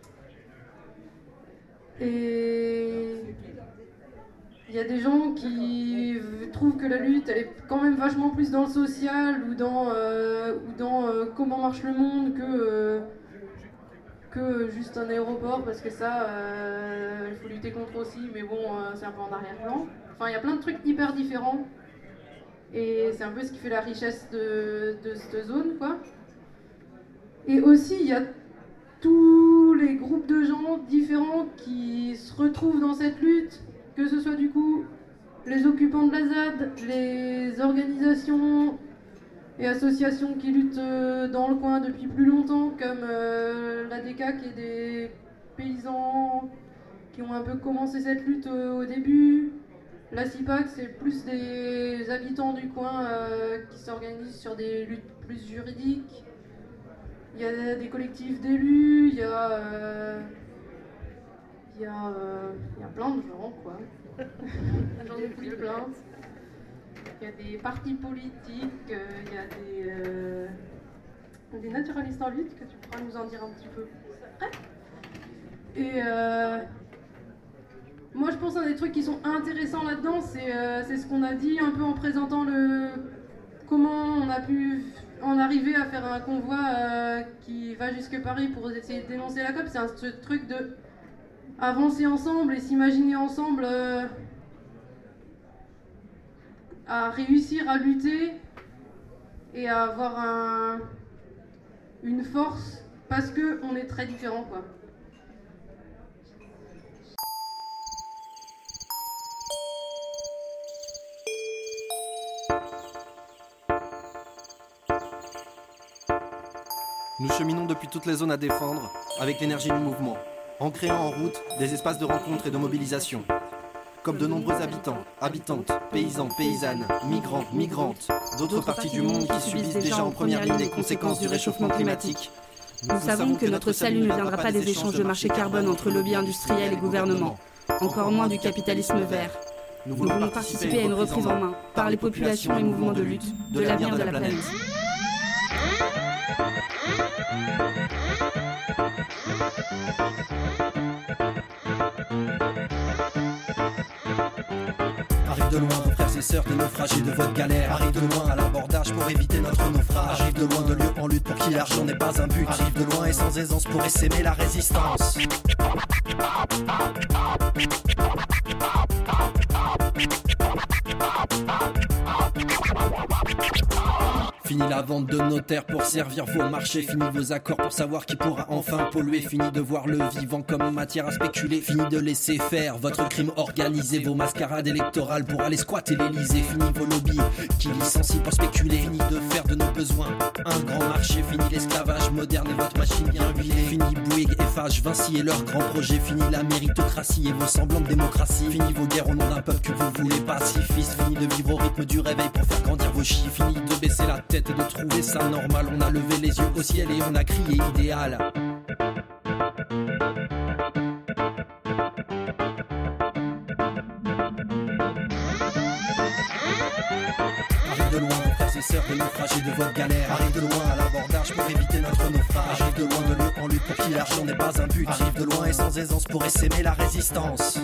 Et il y a des gens qui trouvent que la lutte, elle est quand même vachement plus dans le social ou dans, euh, ou dans euh, comment marche le monde que, euh, que juste un aéroport, parce que ça, euh, il faut lutter contre aussi, mais bon, euh, c'est un peu en arrière-plan. Enfin, il y a plein de trucs hyper différents, et c'est un peu ce qui fait la richesse de, de cette zone, quoi. Et aussi, il y a tous les groupes de gens différents qui se retrouvent dans cette lutte, que ce soit du coup les occupants de la Z A D, les organisations et associations qui luttent dans le coin depuis plus longtemps, comme euh, l'A D C A qui est des paysans qui ont un peu commencé cette lutte au début. La C I P A C, c'est plus des habitants du coin euh, qui s'organisent sur des luttes plus juridiques. Il y a des collectifs d'élus, il y a... Euh, Il y, a, euh, il y a plein de gens, quoi. J'en ai plus plein. Il y a des partis politiques, euh, il y a des, euh, des naturalistes en lutte, que tu pourras nous en dire un petit peu plus après. Et euh, moi, je pense à des trucs qui sont intéressants là-dedans, c'est, euh, c'est ce qu'on a dit un peu en présentant le comment on a pu en arriver à faire un convoi euh, qui va jusque Paris pour essayer de dénoncer la COP. C'est un ce truc de avancer ensemble et s'imaginer ensemble euh, à réussir à lutter et à avoir un, une force parce qu'on est très différents, quoi. Nous cheminons depuis toutes les zones à défendre, avec l'énergie du mouvement, en créant en route des espaces de rencontre et de mobilisation. Comme de nombreux habitants, habitantes, paysans, paysannes, migrants, migrantes, d'autres parties du monde qui subissent déjà en première ligne les conséquences du réchauffement climatique, nous savons que notre salut ne viendra pas des échanges de marché carbone entre lobbies industriels et gouvernements, encore moins du capitalisme vert. Nous voulons participer à une reprise en main, par les populations et mouvements de lutte, de l'avenir de la planète. Arrive de loin vos frères et sœurs, des naufragés de votre galère. Arrive de loin à l'abordage pour éviter notre naufrage. Arrive de loin de lieux en lutte pour qui l'argent n'est pas un but. Arrive de loin et sans aisance pour essaimer la résistance. Fini la vente de notaires pour servir vos marchés. Fini vos accords pour savoir qui pourra enfin polluer. Fini de voir le vivant comme matière à spéculer. Fini de laisser faire votre crime organisé. Vos mascarades électorales pour aller squatter l'Elysée. Fini vos lobbies qui licencient pour spéculer. Fini de faire de nos besoins un grand marché. Fini l'esclavage moderne et votre machine bien huilée. Fini Bouygues, F H, Vinci et leurs grands projets. Fini la méritocratie et vos semblants de démocratie. Fini vos guerres au nom d'un peuple que vous voulez pacifiste. Fini de vivre au rythme du réveil pour faire grandir vos chiffres. Fini de baisser la tête et de trouver ça normal. On a levé les yeux au ciel et on a crié idéal. Arrive de loin vos frères et sœurs, des naufragés de votre galère. Arrive de loin à l'abordage pour éviter notre naufrage. Arrive de loin de lieux en lutte pour qui l'argent n'est pas un but. Arrive de loin et sans aisance pour essaimer la résistance.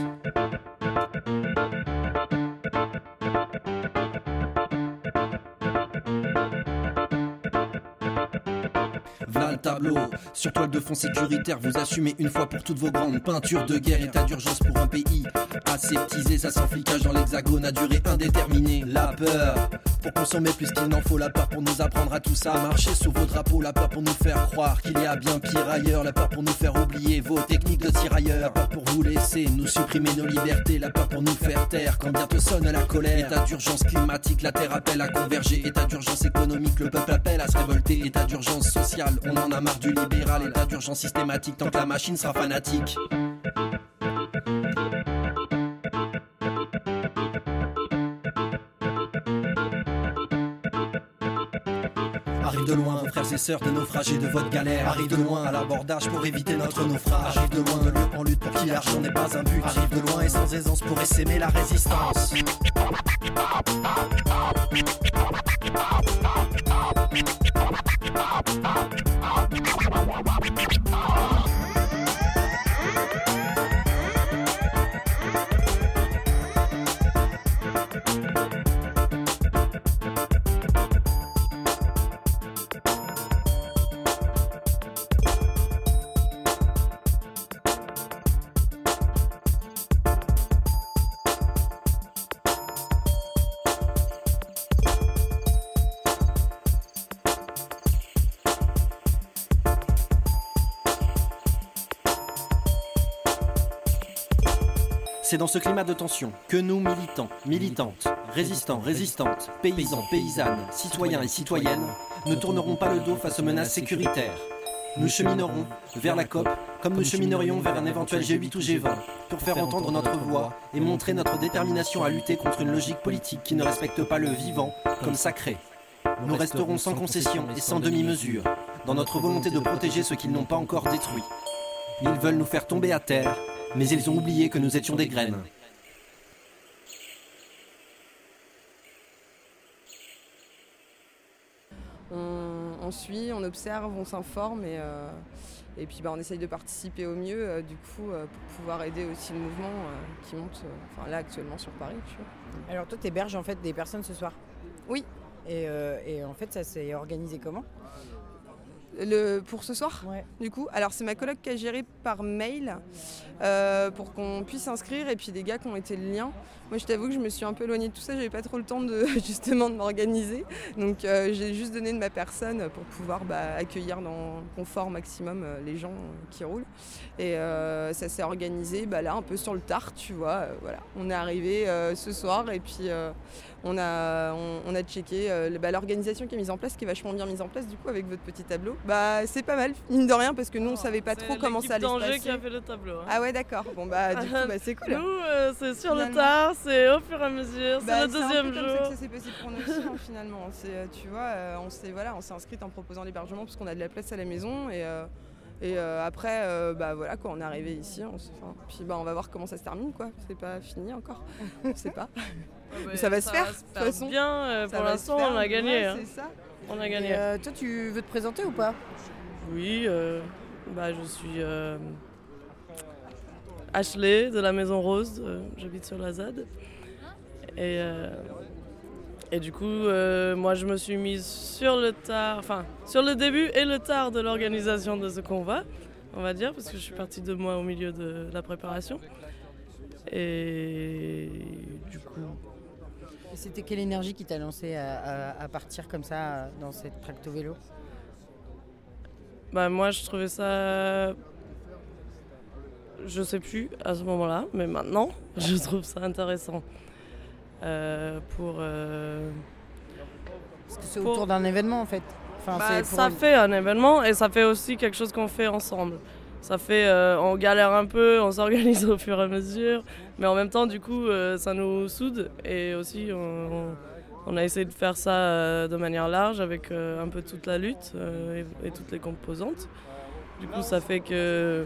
V'là le tableau, sur toile de fond sécuritaire, vous assumez une fois pour toutes vos grandes peintures de guerre. État d'urgence pour un pays aseptisé, ça sans flicage dans l'hexagone à durée indéterminée. La peur pour consommer plus qu'il n'en faut, la peur pour nous apprendre à tout ça, marcher sous vos drapeaux, la peur pour nous faire croire qu'il y a bien pire ailleurs, la peur pour nous faire oublier vos techniques de tirailleurs, la peur pour vous laisser nous supprimer nos libertés, la peur pour nous faire taire quand bientôt sonne la colère. État d'urgence climatique, la terre appelle à converger. État d'urgence économique, le peuple appelle à se révolter. État d'urgence sociale, on en a marre du libéral. État d'urgence systématique tant que la machine sera fanatique. Arrive de loin vos frères et sœurs, des naufragés de votre galère. Arrive de loin à l'abordage pour éviter notre naufrage. Arrive de loin de lieux en lutte pour qui l'argent n'est pas un but. Arrive de loin et sans aisance pour essaimer la résistance. C'est dans ce climat de tension que nous, militants, militantes, résistants, résistantes, paysans, paysannes, citoyens et citoyennes, ne tournerons pas le dos face aux menaces sécuritaires. Nous cheminerons vers la COP comme nous cheminerions vers un éventuel G huit ou G vingt pour faire entendre notre voix et montrer notre détermination à lutter contre une logique politique qui ne respecte pas le vivant comme sacré. Nous resterons sans concession et sans demi-mesure dans notre volonté de protéger ceux qu'ils n'ont pas encore détruits. Ils veulent nous faire tomber à terre, mais ils ont oublié que nous étions des graines. On, on suit, on observe, on s'informe et, euh, et puis bah, on essaye de participer au mieux euh, du coup euh, pour pouvoir aider aussi le mouvement euh, qui monte euh, là actuellement sur Paris. Tu vois. Alors toi tu héberges en fait des personnes ce soir? Oui. Et, euh, et en fait ça s'est organisé comment? Le, pour ce soir, ouais. Du coup. Alors c'est ma coloc qui a géré par mail euh, pour qu'on puisse s'inscrire et puis des gars qui ont été le lien. Moi je t'avoue que je me suis un peu éloignée de tout ça, j'avais pas trop le temps de justement de m'organiser. Donc euh, j'ai juste donné de ma personne pour pouvoir bah, accueillir dans le confort maximum euh, les gens qui roulent. Et euh, ça s'est organisé bah, là un peu sur le tard, tu vois. Euh, voilà. On est arrivé euh, ce soir et puis euh, On a, on, on a checké euh, bah, l'organisation qui est mise en place, qui est vachement bien mise en place du coup avec votre petit tableau. Bah c'est pas mal, mine de rien, parce que nous on savait pas trop comment ça allait se passer. C'est l'équipe d'Angers qui a fait le tableau. Hein. Ah ouais d'accord, bon bah du coup bah, c'est cool. Nous euh, c'est sur finalement. Le tard, c'est au fur et à mesure, bah, c'est le deuxième jour. C'est jour. comme ça que ça s'est passé pour nous aussi hein, finalement. C'est, tu vois, euh, on s'est voilà, on s'est inscrite en proposant l'hébergement parce qu'on a de la place à la maison et... Euh, Et euh, après, euh, bah voilà quoi, on est arrivé ici, on se... enfin, puis bah on va voir comment ça se termine quoi. C'est pas fini encore, on sait pas. Ouais, mais ça va ça se faire. Va De toute façon. Bien, euh, pour l'instant on a gagné. Ouais, hein. C'est ça. On a gagné. Et, euh, toi, tu veux te présenter ou pas? Oui, euh, bah je suis euh, Ashley de la Maison Rose. Euh, j'habite sur la Z A D. Et euh, Et du coup, euh, moi, je me suis mise sur le tard, enfin, sur le début et le tard de l'organisation de ce convoi, on va dire, parce que je suis partie de moi au milieu de la préparation. Et du coup... Et c'était quelle énergie qui t'a lancé à, à, à partir comme ça dans cette tracto vélo? Bah moi, je trouvais ça... Je sais plus à ce moment-là, mais maintenant, je trouve ça intéressant. Euh, pour euh... Parce que c'est pour... autour d'un événement en fait. Enfin, bah, c'est pour ça une... fait un événement et ça fait aussi quelque chose qu'on fait ensemble. Ça fait, euh, on galère un peu, on s'organise au fur et à mesure, mais en même temps du coup euh, ça nous soude et aussi on, on a essayé de faire ça euh, de manière large avec euh, un peu toute la lutte euh, et, et toutes les composantes. Du coup ça fait que,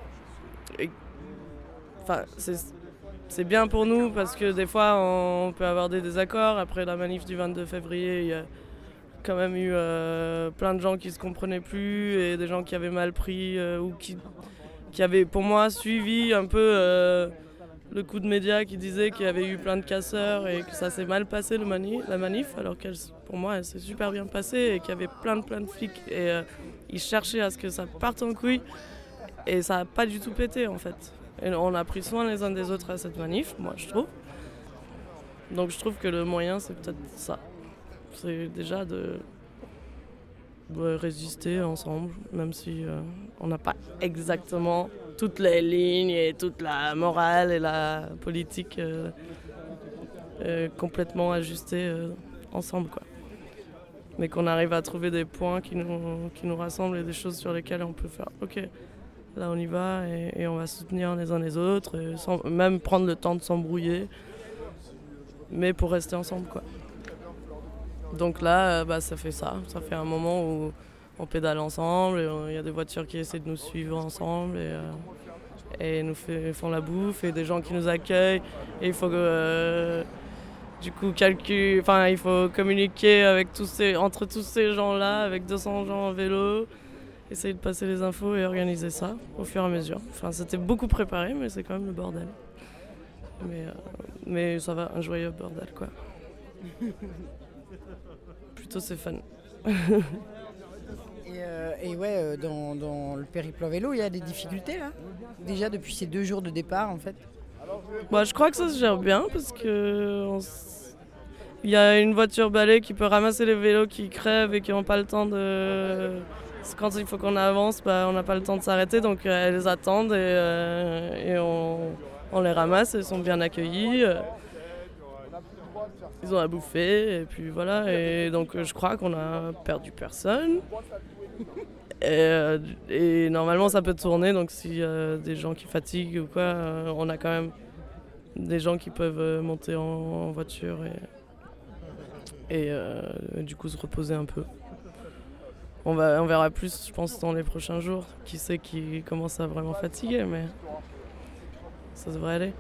enfin c'est C'est bien pour nous parce que des fois on peut avoir des désaccords. Après la manif du vingt-deux février, il y a quand même eu euh, plein de gens qui ne se comprenaient plus et des gens qui avaient mal pris euh, ou qui, qui avaient pour moi suivi un peu euh, le coup de médias qui disait qu'il y avait eu plein de casseurs et que ça s'est mal passé le mani- la manif alors que pour moi elle s'est super bien passée et qu'il y avait plein de, plein de flics et euh, ils cherchaient à ce que ça parte en couille et ça n'a pas du tout pété en fait. Et on a pris soin les uns des autres à cette manif, moi je trouve. Donc je trouve que le moyen c'est peut-être ça. C'est déjà de, de résister ensemble, même si euh, on n'a pas exactement toutes les lignes et toute la morale et la politique euh, euh, complètement ajustées euh, ensemble, quoi. Mais qu'on arrive à trouver des points qui nous, qui nous rassemblent et des choses sur lesquelles on peut faire « ok ». Là, on y va et, et on va soutenir les uns les autres, et sans, même prendre le temps de s'embrouiller, mais pour rester ensemble, quoi. Donc là, bah, ça fait ça. Ça fait un moment où on pédale ensemble, il y a des voitures qui essaient de nous suivre ensemble et, euh, et nous fait, font la bouffe, et des gens qui nous accueillent. Et il faut que, euh, du coup, calcul, enfin, il faut communiquer avec tous ces, entre tous ces gens-là, avec deux cents gens en vélo. Essayer de passer les infos et organiser ça au fur et à mesure. Enfin, c'était beaucoup préparé, mais c'est quand même le bordel. Mais, euh, mais ça va, un joyeux bordel, quoi. Plutôt c'est fun. et, euh, et ouais, euh, dans, dans le périple en vélo, il y a des difficultés là? Déjà depuis ces deux jours de départ, en fait. Bah, je crois que ça se gère bien parce que on s... il y a une voiture balai qui peut ramasser les vélos qui crèvent et qui n'ont pas le temps de... Quand il faut qu'on avance, bah, on n'a pas le temps de s'arrêter, donc euh, elles attendent et, euh, et on, on les ramasse, elles sont bien accueillies. Euh, ils ont à bouffer et puis voilà. Et donc euh, je crois qu'on a perdu personne. Et, euh, et normalement ça peut tourner, donc s'il y a des gens qui fatiguent ou quoi, euh, on a quand même des gens qui peuvent monter en, en voiture et, et euh, du coup se reposer un peu. On, va, on verra plus, je pense, dans les prochains jours. Qui sait qui commence à vraiment fatiguer, mais ça devrait aller.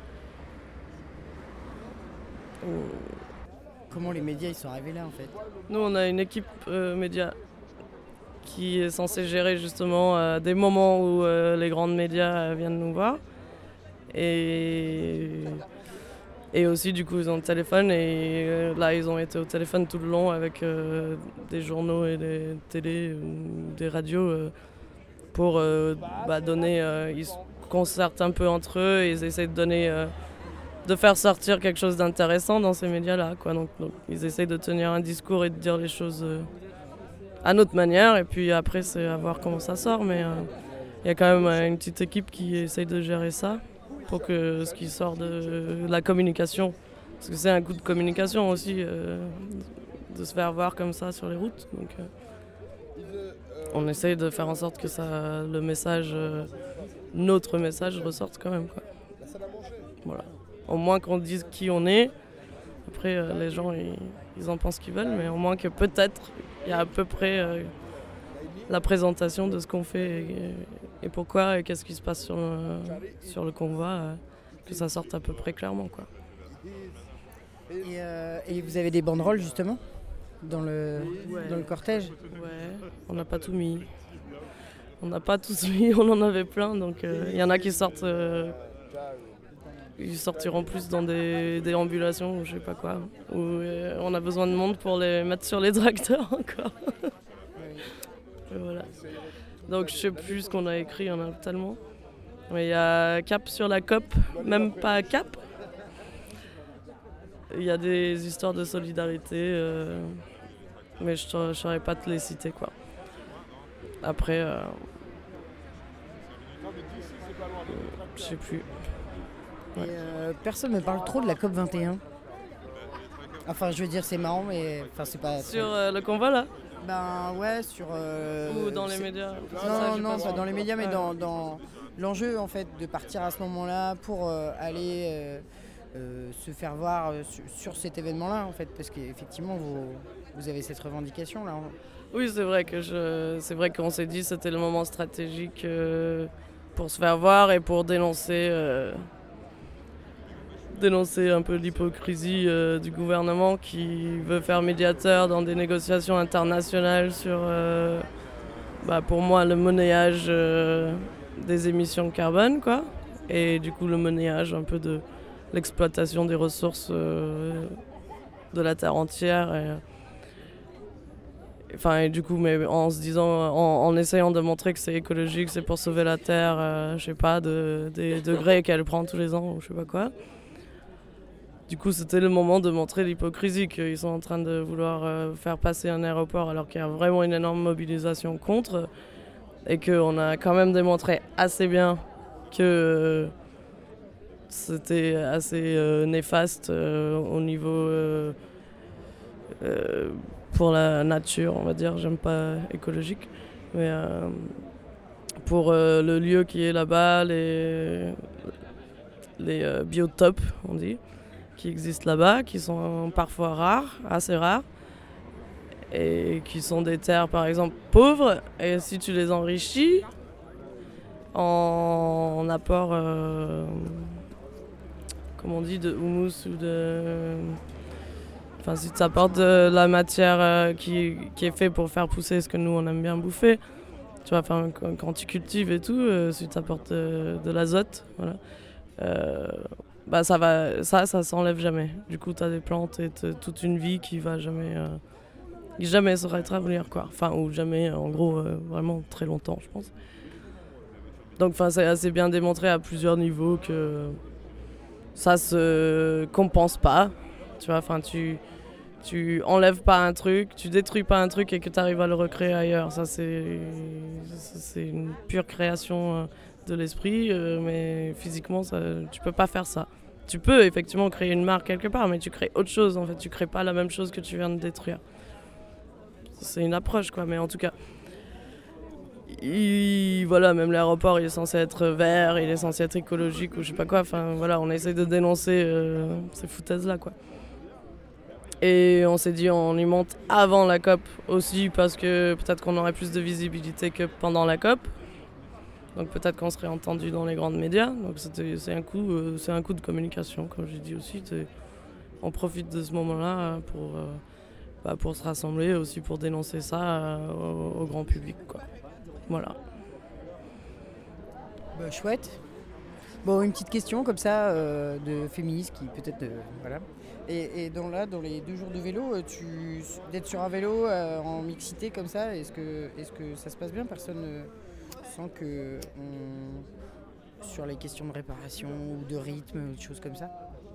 Comment les médias ils sont arrivés là, en fait? Nous, on a une équipe euh, média qui est censée gérer justement euh, des moments où euh, les grandes médias euh, viennent nous voir. Et... Et aussi, du coup, ils ont le téléphone et euh, là, ils ont été au téléphone tout le long avec euh, des journaux et des télés, ou des radios euh, pour euh, bah, donner. Euh, ils se concertent un peu entre eux et ils essayent de donner, euh, de faire sortir quelque chose d'intéressant dans ces médias-là, quoi. Donc, donc, ils essayent de tenir un discours et de dire les choses euh, à notre manière. Et puis après, c'est à voir comment ça sort. Mais il euh, y a quand même euh, une petite équipe qui essaye de gérer ça, pour que ce qui sort de la communication Parce que c'est un coup de communication aussi, euh, de se faire voir comme ça sur les routes. Donc, euh, on essaye de faire en sorte que ça, le message, euh, notre message ressorte quand même, quoi. Voilà. Au moins qu'on dise qui on est. Après, euh, les gens, ils, ils en pensent qu'ils veulent, mais au moins que peut-être, il y a à peu près euh, la présentation de ce qu'on fait et, et pourquoi et qu'est-ce qui se passe sur le, sur le convoi, euh, que ça sorte à peu près clairement, quoi. Et, euh, et vous avez des banderoles justement dans le, ouais. dans le cortège? Ouais, on n'a pas tout mis. On n'a pas tous mis, on en avait plein, donc il euh, y en a qui sortent, euh, ils sortiront plus dans des déambulations ou je sais pas quoi, où euh, on a besoin de monde pour les mettre sur les tracteurs encore. Et voilà. Donc je sais plus ce qu'on a écrit, il y en a tellement. Mais il y a Cap sur la C O P, même pas Cap. Il y a des histoires de solidarité, euh, mais je ne saurais pas te les citer, quoi. Après, euh, je sais plus. Ouais. Et euh, personne ne me parle trop de la C O P vingt et un. Enfin, je veux dire, c'est marrant, mais enfin, c'est pas. Sur euh, le convoi là? Ben ouais, sur. Euh, Ou dans les médias? Non, non, pas, pas dans les médias, mais dans, dans l'enjeu en fait de partir à ce moment-là pour euh, aller. Euh, Euh, se faire voir euh, sur, sur cet événement-là en fait, parce qu'effectivement vous, vous avez cette revendication là. Oui, c'est vrai que je, c'est vrai qu'on s'est dit que c'était le moment stratégique euh, pour se faire voir et pour dénoncer, euh, dénoncer un peu l'hypocrisie euh, du gouvernement qui veut faire médiateur dans des négociations internationales sur, euh, bah, pour moi, le monnayage euh, des émissions de carbone, quoi, et du coup le monnayage un peu de l'exploitation des ressources euh, de la terre entière. Et, enfin, et du coup, mais en se disant, en, en essayant de montrer que c'est écologique, c'est pour sauver la terre, euh, je sais pas, de, des degrés qu'elle prend tous les ans, ou je sais pas quoi. Du coup, c'était le moment de montrer l'hypocrisie qu'ils sont en train de vouloir euh, faire passer un aéroport alors qu'il y a vraiment une énorme mobilisation contre, et qu'on a quand même démontré assez bien que euh, c'était assez euh, néfaste euh, au niveau euh, euh, pour la nature, on va dire. J'aime pas écologique, mais euh, pour euh, le lieu qui est là-bas, les, les euh, biotopes, on dit, qui existent là-bas, qui sont parfois rares, assez rares, et qui sont des terres, par exemple, pauvres. Et si tu les enrichis en, en apport... Euh, comme on dit, de houmous ou de... Enfin, si tu apportes de la matière euh, qui, qui est faite pour faire pousser ce que nous, on aime bien bouffer, tu vois, enfin, quand, quand tu cultives et tout, euh, si tu apportes euh, de l'azote, voilà, euh, bah ça va, ça, ça s'enlève jamais. Du coup, tu as des plantes et toute une vie qui va jamais, euh, jamais se rétablir, quoi. Enfin, ou jamais, en gros, euh, vraiment très longtemps, je pense. Donc, enfin, c'est assez bien démontré à plusieurs niveaux que ça se compense pas, tu vois, enfin tu, tu enlèves pas un truc, tu détruis pas un truc et que tu arrives à le recréer ailleurs, ça c'est, c'est une pure création de l'esprit, mais physiquement ça, tu peux pas faire ça. Tu peux effectivement créer une marque quelque part, mais tu crées autre chose en fait, tu crées pas la même chose que tu viens de détruire. C'est une approche quoi, mais en tout cas... Il, voilà, même l'aéroport il est censé être vert, il est censé être écologique ou je sais pas quoi, enfin voilà, on essaie de dénoncer euh, ces foutaises là quoi. Et on s'est dit on y monte avant la C O P aussi parce que peut-être qu'on aurait plus de visibilité que pendant la C O P. Donc peut-être qu'on serait entendu dans les grands médias. Donc c'était, c'est un coup, euh, c'est un coup de communication comme j'ai dit aussi. On profite de ce moment-là pour, euh, bah, pour se rassembler aussi pour dénoncer ça euh, au, au grand public quoi. Voilà. Bah, chouette. Bon, une petite question comme ça euh, de féministe qui peut-être euh, voilà. Et, et dans là, dans les deux jours de vélo, tu d'être sur un vélo euh, en mixité comme ça, est-ce que est-ce que ça se passe bien? Personne euh, sent que on, sur les questions de réparation ou de rythme ou des choses comme ça?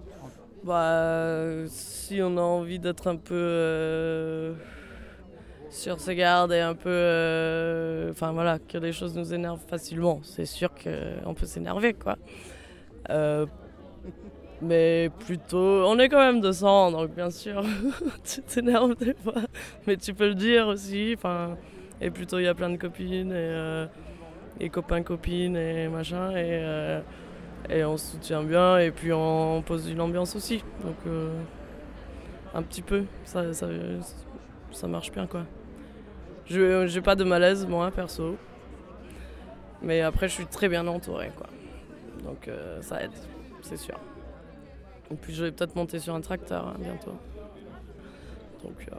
Bah, si on a envie d'être un peu euh... sur ses gardes et un peu... Enfin euh, voilà, que les choses nous énervent facilement. C'est sûr qu'on peut s'énerver, quoi. Euh, Mais plutôt, on est quand même deux cents, donc bien sûr, tu t'énerves des fois, mais tu peux le dire aussi. Enfin, et plutôt, il y a plein de copines et, euh, et copains, copines et machin, et, euh, et on se soutient bien, et puis on pose une ambiance aussi. Donc, euh, un petit peu, ça, ça, ça marche bien, quoi. Je j'ai pas de malaise, moi, perso, mais après, je suis très bien entourée, quoi. Donc, euh, ça aide, c'est sûr. Et puis je vais peut-être monter sur un tracteur hein, bientôt. Donc, euh...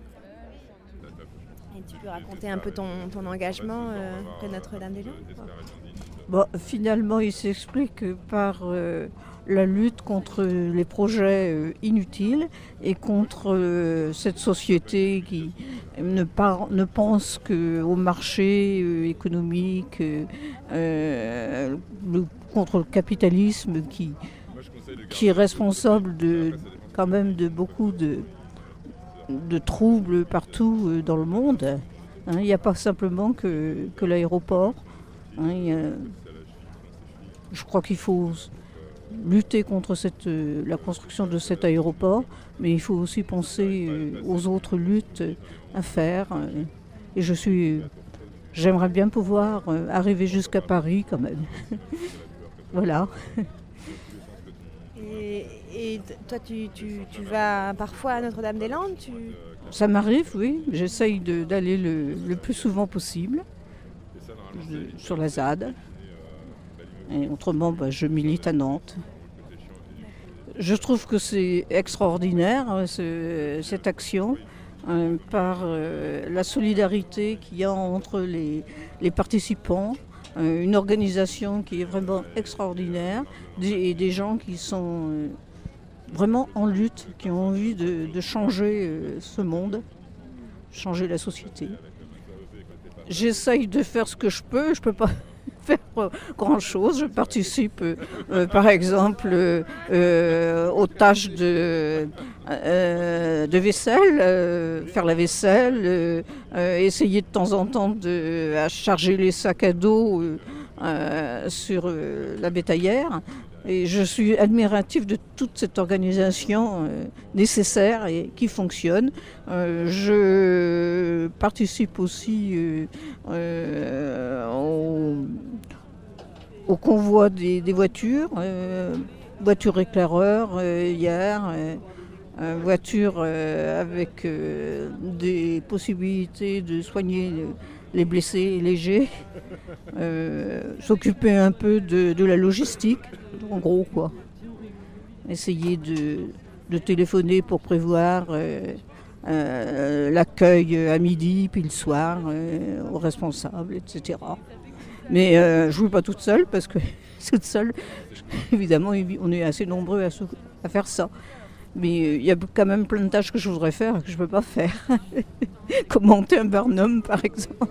Et tu peux raconter un peu ton, ton engagement euh, auprès de Notre-Dame-des-Landes ? Bon, finalement, il s'explique par euh, la lutte contre les projets euh, inutiles et contre euh, cette société qui ne, par, ne pense qu'au marché euh, économique, euh, le, contre le capitalisme qui... qui est responsable de, quand même de beaucoup de, de troubles partout dans le monde. Hein, il n'y a pas simplement que, que l'aéroport. Hein, il y a, je crois qu'il faut lutter contre cette, la construction de cet aéroport, mais il faut aussi penser aux autres luttes à faire. Et je suis, j'aimerais bien pouvoir arriver jusqu'à Paris quand même. Voilà. Et, et toi, tu, tu, tu vas parfois à Notre-Dame-des-Landes tu... Ça m'arrive, oui. J'essaye de, d'aller le, le plus souvent possible je, sur la Z A D. Et autrement, bah, je milite à Nantes. Je trouve que c'est extraordinaire, ce, cette action, euh, par euh, la solidarité qu'il y a entre les, les participants. Une organisation qui est vraiment extraordinaire et des gens qui sont vraiment en lutte, qui ont envie de, de changer ce monde, changer la société. J'essaye de faire ce que je peux, je ne peux pas faire grand-chose. Je participe euh, par exemple euh, aux tâches de, euh, de vaisselle, euh, faire la vaisselle, euh, euh, essayer de temps en temps de à charger les sacs à dos euh, sur euh, la bétaillère. Et je suis admirative de toute cette organisation euh, nécessaire et qui fonctionne. Euh, je participe aussi euh, euh, au, au convoi des, des voitures, euh, voiture éclaireur euh, hier, euh, euh, voiture euh, avec euh, des possibilités de soigner les blessés légers, euh, s'occuper un peu de, de la logistique. En gros, quoi. Essayer de, de téléphoner pour prévoir euh, euh, l'accueil à midi, puis le soir, euh, aux responsables, et cetera. Mais euh, je ne joue pas toute seule, parce que toute seule, évidemment, on est assez nombreux à, à faire ça. Mais il y a quand même plein de tâches que je voudrais faire et que je ne peux pas faire. Comme monter un Barnum, par exemple.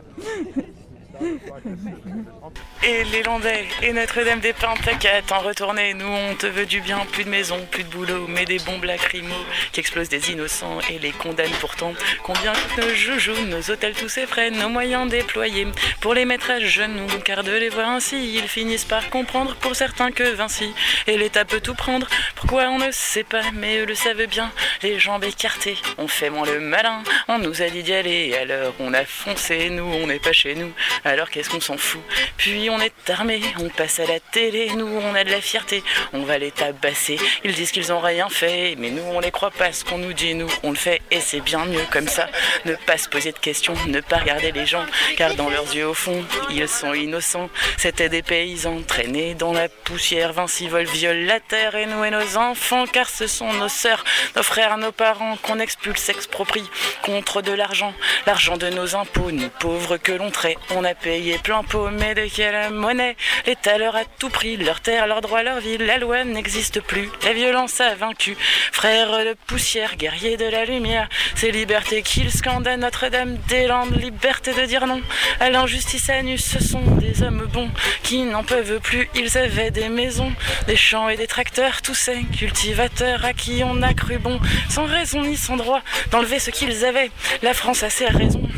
Et les Landais et Notre-Dame-des-Pins, t'inquiète, en retournée, nous on te veut du bien, plus de maison, plus de boulot, mais des bombes lacrymaux qui explosent des innocents et les condamnent pourtant. Combien coûtent nos joujoux, nos hôtels tous ces frais, nos moyens déployés pour les mettre à genoux, car de les voir ainsi, ils finissent par comprendre pour certains que Vinci et l'État peut tout prendre. Pourquoi on ne sait pas, mais eux le savent bien, les jambes écartées, on fait moins le malin, on nous a dit d'y aller, alors on a foncé, nous on n'est pas chez nous, alors qu'est-ce qu'on s'en fout. Puis on est armés, on passe à la télé, nous on a de la fierté, on va les tabasser, ils disent qu'ils ont rien fait, mais nous on les croit pas, ce qu'on nous dit, nous on le fait et c'est bien mieux comme ça, ne pas se poser de questions, ne pas regarder les gens, car dans leurs yeux au fond, ils sont innocents, c'était des paysans traînés dans la poussière, Vinci vole, viole la terre et nous et nos enfants, car ce sont nos sœurs, nos frères, nos parents qu'on expulse, exproprie, contre de l'argent, l'argent de nos impôts, nous pauvres que l'on traite, on a payé plein pot, mais de quelle monnaie, l'État leur a tout pris, leur terre, leur droit, leur vie, la loi n'existe plus, la violence a vaincu, frères de poussière, guerriers de la lumière, c'est liberté qu'ils scandent à Notre-Dame-des-Landes, liberté de dire non à l'injustice à nu, ce sont des hommes bons qui n'en peuvent plus, ils avaient des maisons, des champs et des tracteurs, tous ces cultivateurs à qui on a cru bon, sans raison ni sans droit, d'enlever ce qu'ils avaient, la France a ses raisons, surtout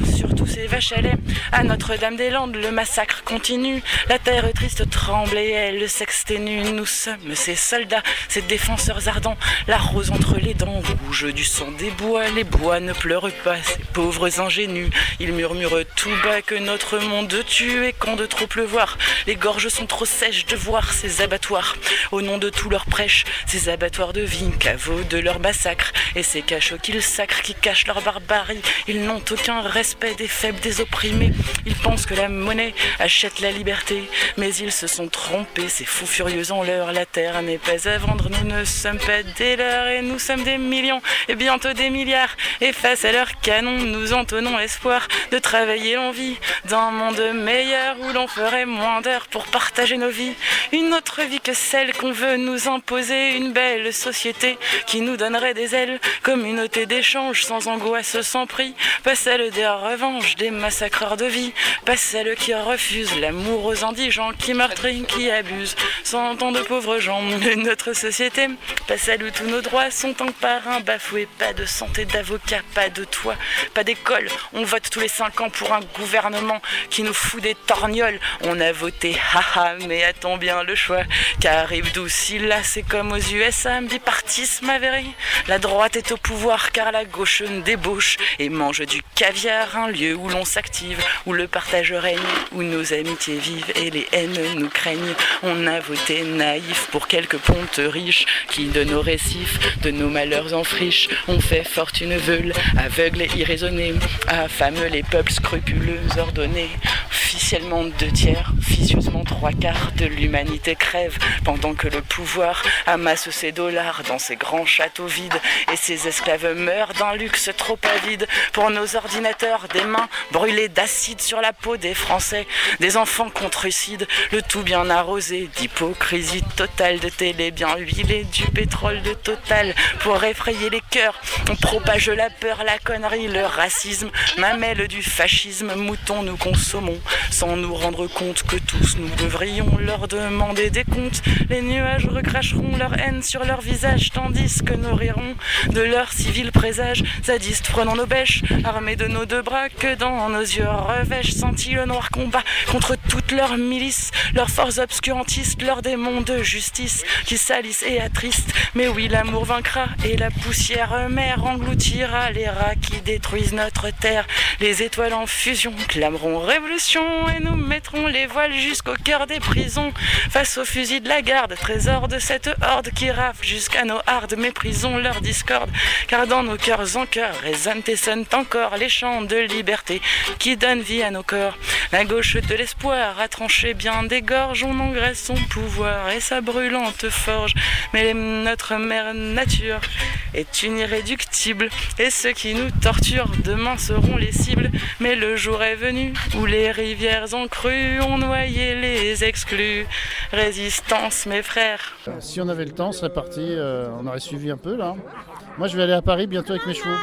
ses vaches à lait. À Notre-Dame-des-Landes, le massacre continue. La terre triste tremble et elle s'exténue. Nous sommes ces soldats, ces défenseurs ardents, la rose entre les dents, rouge du sang des bois. Les bois ne pleurent pas, ces pauvres ingénus. Ils murmurent tout bas que notre monde tue et quand de trop pleuvoir, les gorges sont trop sèches de voir ces abattoirs. Au nom de tous leurs prêches, ces abattoirs de vie, caveaux de leur massacre, et ces cachots qu'ils sacrent, qui cachent leur barbarie. Ils n'ont aucun respect des faibles, des opprimés. Ils pensent que la monnaie achète la liberté, mais ils se sont trompés, ces fous furieux en leur. La terre n'est pas à vendre, nous ne sommes pas des leurs, et nous sommes des millions, et bientôt des milliards. Et face à leurs canons, nous entonnons l'espoir de travailler l'envie d'un monde meilleur où l'on ferait moins d'heures pour partager nos vies. Une autre vie que celle qu'on veut nous imposer, une belle société qui nous donnerait des ailes, communauté d'échange sans angoisse, sans prix, pas celle des revanches, des massacreurs de vie, pas celle qui refuse l'amour aux indigents, qui meurtrissent, qui abusent, sans tant de pauvres gens. Notre société, pas celle où tous nos droits sont un par un bafoués, pas de santé, d'avocat, pas de toit, pas d'école. On vote tous les cinq ans pour un gouvernement qui nous fout des torgnoles. On a voté, haha, mais attends bien le choix, qu'arrive d'où si là c'est comme aux U S A, bipartisme avéré. La droite est au pouvoir car la gauche débauche et mange du caviar, un lieu où l'on s'active, où le partage règne, où nos amitiés vivent et les haines nous craignent. On a voté naïf pour quelques pontes riches qui de nos récifs, de nos malheurs en friche, on fait fortune veule, aveugle et irraisonnée, affame les peuples scrupuleux, ordonnés. Officiellement deux tiers, officieusement trois quarts de l'humanité crève, pendant que le pouvoir amasse ses dollars dans ses grands châteaux vides, et ses esclaves meurent d'un luxe trop avide. Pour nos ordinateurs, des mains brûlées d'acide sur la peau des Français, des enfants contrucides, le tout bien arrosé d'hypocrisie totale, de télé bien huilée, du pétrole de Total pour effrayer les cœurs. On propage la peur, la connerie, le racisme, mamelle du fascisme, mouton nous consommons sans nous rendre compte que tous nous devrions leur demander des comptes. Les nuages recracheront leur haine sur leur visage, tandis que nous rirons de leurs civils présages. Zadistes prenant nos bêches, armés de nos deux bras, que dans nos yeux revêchent senti le noir combat contre toutes leurs milices, leurs forces obscurantistes, leurs démons de justice qui salissent et attristent. Mais oui, l'amour vaincra et la poussière mère engloutira les rats qui détruisent notre terre. Les étoiles en fusion clameront révolution et nous mettrons les voiles jusqu'au cœur des prisons. Face aux fusils de la garde, trésor de cette horde qui rafle jusqu'à nos hardes, méprisons leur discorde, car dans nos cœurs en cœur résonnent et sonnent encore les chants de liberté qui donnent vie à nos corps. La gauche de l'espoir a tranché bien des gorges, on engraisse son pouvoir et sa brûlante forge. Mais notre mère nature est une irréductible, et ceux qui nous torturent demain seront les cibles. Mais le jour est venu où les rivières en crue ont noyé les exclus. Résistance, mes frères. Si on avait le temps, on serait parti, euh, on aurait suivi un peu là. Moi je vais aller à Paris bientôt avec mes chevaux.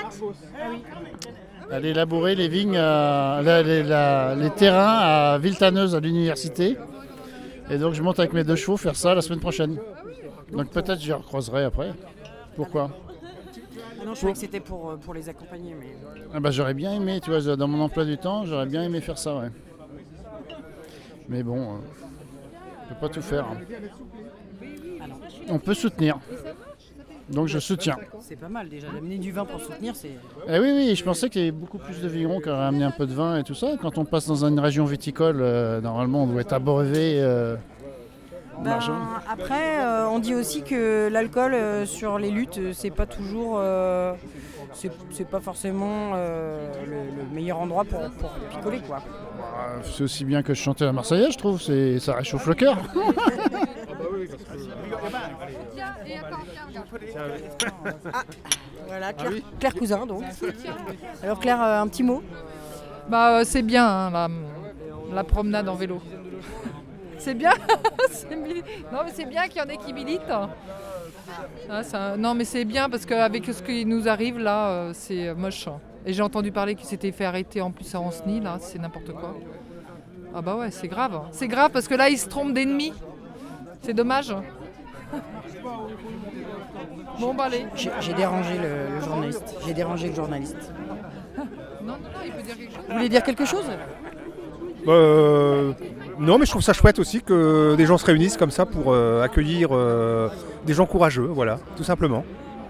Aller labourer les vignes, euh, la, les, la, les terrains à Villetaneuse à l'université. Et donc je monte avec mes deux chevaux faire ça la semaine prochaine. Donc peut-être je les recroiserai après. Pourquoi ? Ah non, je croyais que c'était pour, pour les accompagner. Mais... Ah bah, j'aurais bien aimé, tu vois, dans mon emploi du temps, j'aurais bien aimé faire ça, ouais. Mais bon, euh, on peut pas tout faire. Hein. On peut soutenir. Donc je soutiens. C'est pas mal déjà, d'amener du vin pour soutenir, c'est... Eh oui, oui, je pensais qu'il y avait beaucoup plus de vignerons qui auraient amené un peu de vin et tout ça. Quand on passe dans une région viticole, euh, normalement on doit être abreuvé. Euh, ben, après, euh, on dit aussi que l'alcool euh, sur les luttes, c'est pas toujours... Euh, c'est, c'est pas forcément euh, le, le meilleur endroit pour, pour picoler, quoi. Bah, c'est aussi bien que de chanter la Marseillaise, je trouve, c'est, ça réchauffe le cœur. Ah, voilà, Claire, Claire Cousin donc. Alors Claire, euh, un petit mot. Bah, euh, c'est bien hein, la, la promenade en vélo. C'est bien. c'est mi- non mais c'est bien qu'il y en ait qui militent. Ah, ça, non mais c'est bien parce qu'avec ce qui nous arrive là, euh, c'est moche. Et j'ai entendu parler qu'il s'était fait arrêter en plus à Anceny, là, c'est n'importe quoi. Ah bah ouais, c'est grave. C'est grave parce que là, ils se trompent d'ennemis. C'est dommage. Bon, bah allez. J'ai, j'ai dérangé le, le journaliste. J'ai dérangé le journaliste. Non, non, non, il peut dire quelque chose. Vous voulez dire quelque chose? Euh, non, mais je trouve ça chouette aussi que des gens se réunissent comme ça pour euh, accueillir euh, des gens courageux, voilà, tout simplement.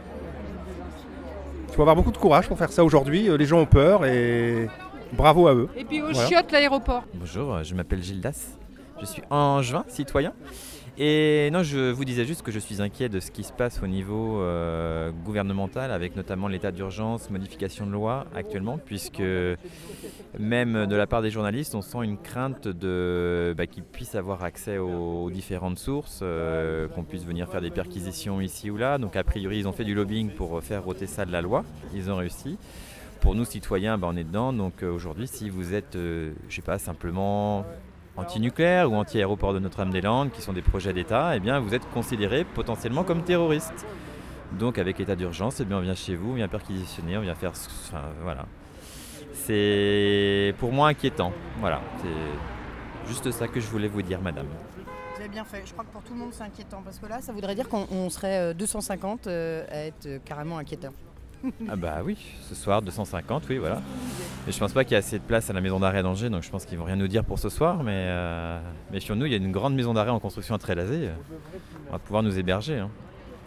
Il faut avoir beaucoup de courage pour faire ça aujourd'hui. Les gens ont peur et bravo à eux. Et puis au Voilà. chiottes l'aéroport. Bonjour, je m'appelle Gildas, je suis angevin, citoyen. Et non, je vous disais juste que je suis inquiet de ce qui se passe au niveau euh, gouvernemental, avec notamment l'état d'urgence, modification de loi actuellement, puisque même de la part des journalistes, on sent une crainte de, bah, qu'ils puissent avoir accès aux, aux différentes sources, euh, qu'on puisse venir faire des perquisitions ici ou là. Donc a priori, ils ont fait du lobbying pour faire ôter ça de la loi, ils ont réussi. Pour nous, citoyens, bah, on est dedans. Donc euh, aujourd'hui, si vous êtes, euh, je sais pas, simplement anti-nucléaire ou anti-aéroport de Notre-Dame-des-Landes, qui sont des projets d'État, eh bien, vous êtes considérés potentiellement comme terroristes. Donc avec état d'urgence, eh bien, on vient chez vous, on vient perquisitionner, on vient faire... Enfin, voilà. C'est pour moi inquiétant. Voilà. C'est juste ça que je voulais vous dire, madame. Vous avez bien fait. Je crois que pour tout le monde, c'est inquiétant. Parce que là, ça voudrait dire qu'on on serait deux cent cinquante euh, à être euh, carrément inquiétant. Ah bah oui, ce soir deux cent cinquante, oui voilà. Mais je pense pas qu'il y ait assez de place à la maison d'arrêt d'Angers, donc je pense qu'ils vont rien nous dire pour ce soir. Mais, euh, mais sur nous, il y a une grande maison d'arrêt en construction à Trélazé. On va pouvoir nous héberger. Hein.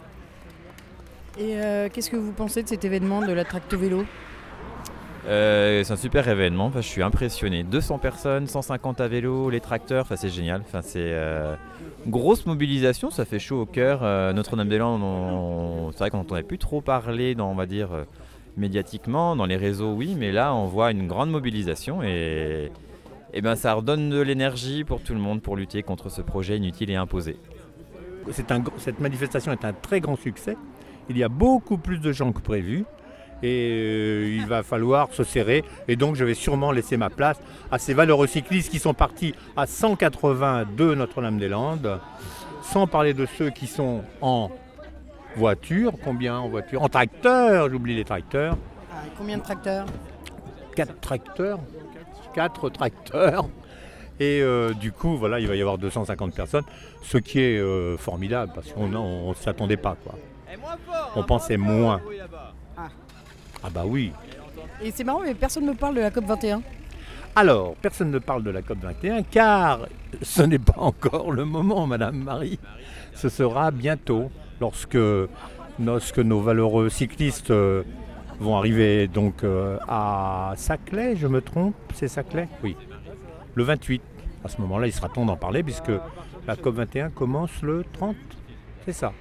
Et euh, qu'est-ce que vous pensez de cet événement de la tracto vélo? Euh, c'est un super événement, enfin, je suis impressionné. deux cents personnes, cent cinquante à vélo, les tracteurs, enfin, c'est génial. Enfin, c'est euh, grosse mobilisation, ça fait chaud au cœur. Euh, Notre-Dame-des-Landes, on... c'est vrai qu'on n'entendait plus trop parler, dans, on va dire, euh, médiatiquement, dans les réseaux, oui, mais là, on voit une grande mobilisation et, et ben, ça redonne de l'énergie pour tout le monde pour lutter contre ce projet inutile et imposé. C'est un, cette manifestation est un très grand succès. Il y a beaucoup plus de gens que prévu. Et euh, il va falloir se serrer. Et donc je vais sûrement laisser ma place à ces valeureux cyclistes qui sont partis à cent quatre-vingts de Notre-Dame-des-Landes, sans parler de ceux qui sont en voiture. Combien en voiture? En tracteur, j'oublie les tracteurs. Ah, combien de tracteurs? Quatre tracteurs. Quatre tracteurs. Et euh, du coup, voilà, il va y avoir deux cent cinquante personnes, ce qui est euh, formidable, parce qu'on ne s'attendait pas, quoi. On pensait moins. Ah. Ah bah oui. Et c'est marrant, mais personne ne me parle de la COP vingt et un. Alors, personne ne parle de la COP vingt et un, car ce n'est pas encore le moment, Madame Marie. Ce sera bientôt, lorsque, lorsque nos valeureux cyclistes euh, vont arriver donc euh, à Saclay, je me trompe, c'est Saclay? Oui. Le vingt-huit. À ce moment-là, il sera temps d'en parler, puisque la COP vingt et un commence le trente. C'est ça.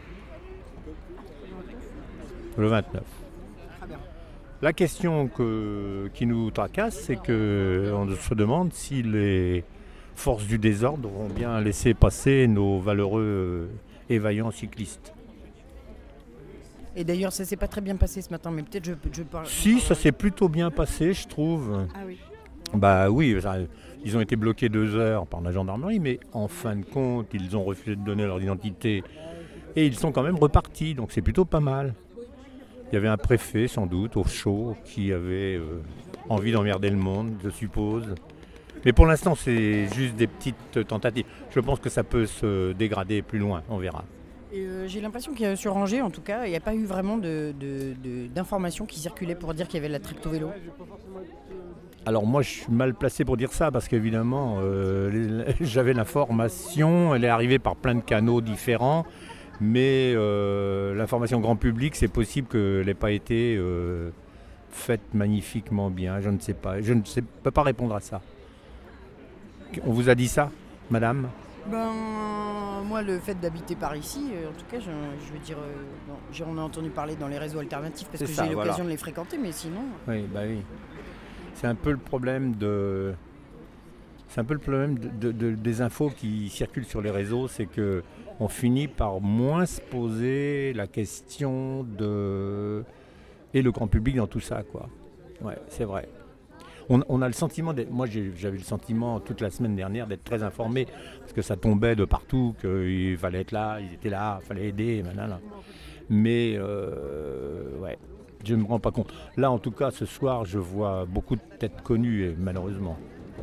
Le vingt-neuf. La question que, qui nous tracasse, c'est qu'on se demande si les forces du désordre vont bien laisser passer nos valeureux et vaillants cyclistes. Et d'ailleurs, ça s'est pas très bien passé ce matin, mais peut-être je, je parle... Si, ça s'est plutôt bien passé, je trouve. Ah oui. Bah oui, ça, ils ont été bloqués deux heures par la gendarmerie, mais en fin de compte, ils ont refusé de donner leur identité et ils sont quand même repartis, donc c'est plutôt pas mal. Il y avait un préfet, sans doute, au chaud, qui avait euh, envie d'emmerder le monde, je suppose. Mais pour l'instant, c'est juste des petites tentatives. Je pense que ça peut se dégrader plus loin, on verra. Et euh, j'ai l'impression qu'il y a sur Angers, en tout cas, il n'y a pas eu vraiment de, de, de, d'informations qui circulaient pour dire qu'il y avait la tracto-vélo. Alors moi, je suis mal placé pour dire ça, parce qu'évidemment, euh, j'avais l'information, elle est arrivée par plein de canaux différents. Mais euh, l'information grand public, c'est possible qu'elle n'ait pas été euh, faite magnifiquement bien. Je ne sais pas. Je ne sais, peux pas répondre à ça. On vous a dit ça, madame? Ben, moi, le fait d'habiter par ici, euh, en tout cas, je, je veux dire, euh, bon, j'en ai entendu parler dans les réseaux alternatifs parce c'est que ça, j'ai eu l'occasion voilà. de les fréquenter, mais sinon... Oui, bah oui. C'est un peu le problème de... C'est un peu le problème de, de, de, des infos qui circulent sur les réseaux, c'est que on finit par moins se poser la question de... et le grand public dans tout ça, quoi. Ouais, c'est vrai. On, on a le sentiment d'être... Moi, j'ai, j'avais le sentiment toute la semaine dernière d'être très informé, parce que ça tombait de partout, qu'il fallait être là, ils étaient là, il fallait aider, là. Mais, euh, ouais, je ne me rends pas compte. Là, en tout cas, ce soir, je vois beaucoup de têtes connues, et malheureusement.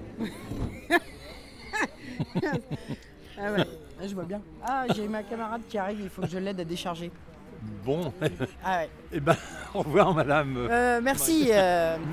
Ah ouais, je vois bien. Ah, j'ai ma camarade qui arrive, il faut que je l'aide à décharger. Bon. Ah ouais. Eh ben, au revoir, madame. Euh, merci. Euh...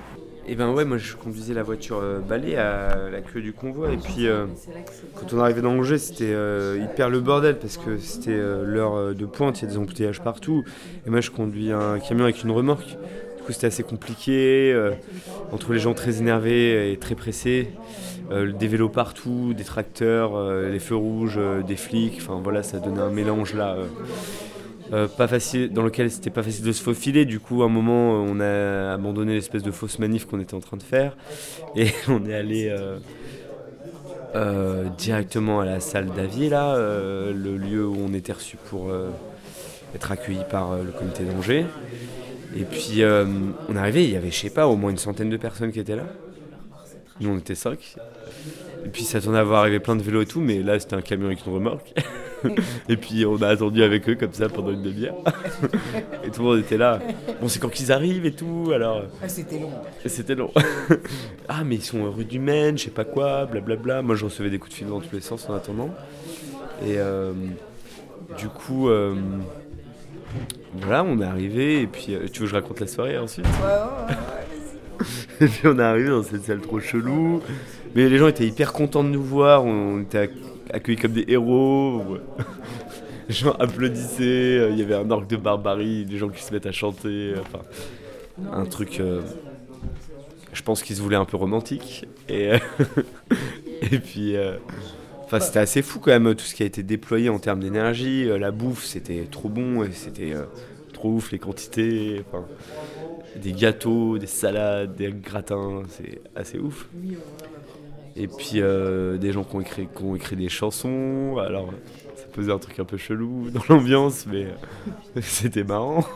Et ben ouais, moi je conduisais la voiture euh, balai à la queue du convoi et puis euh, quand on arrivait dans Angers c'était euh, hyper le bordel parce que c'était euh, l'heure de pointe, il y a des embouteillages partout et moi je conduis un camion avec une remorque, du coup c'était assez compliqué, euh, entre les gens très énervés et très pressés, euh, des vélos partout, des tracteurs, euh, les feux rouges, euh, des flics, enfin voilà ça donnait un mélange là. Euh, Euh, pas facile, dans lequel c'était pas facile de se faufiler. Du coup, à un moment, on a abandonné l'espèce de fausse manif qu'on était en train de faire et on est allé euh, euh, directement à la salle d'Avier, là, euh, le lieu où on était reçu pour euh, être accueilli par euh, le comité d'Angers. Et puis, euh, on est arrivé, il y avait, je sais pas, au moins une centaine de personnes qui étaient là. Nous, on était cinq. Et puis, ça s'attendait à voir arriver plein de vélos et tout, mais là, c'était un camion avec une remorque. Et puis on a attendu avec eux comme ça pendant une demi-heure. Et tout le monde était là. Bon, c'est quand qu'ils arrivent et tout, alors... Ah, c'était long. C'était long. Ah, mais ils sont rue du Maine, je sais pas quoi, blablabla. Moi, je recevais des coups de fil dans tous les sens en attendant. Et euh, du coup, euh, voilà, on est arrivé. Et puis, euh, tu veux que je raconte la soirée ensuite ? Ouais, ouais, ouais. Et puis on est arrivé dans cette salle trop chelou. Mais les gens étaient hyper contents de nous voir. On était accueillis comme des héros. Les gens applaudissaient. Il y avait un orgue de barbarie, des gens qui se mettent à chanter. Enfin, un truc. Euh, je pense qu'ils se voulaient un peu romantique. Et, et puis. Euh, Enfin, c'était assez fou quand même tout ce qui a été déployé en termes d'énergie. La bouffe, c'était trop bon et c'était euh, trop ouf les quantités. Enfin, des gâteaux, des salades, des gratins, c'est assez ouf. Et puis euh, des gens qui ont, écrit, qui ont écrit des chansons. Alors, ça faisait un truc un peu chelou dans l'ambiance, mais euh, c'était marrant.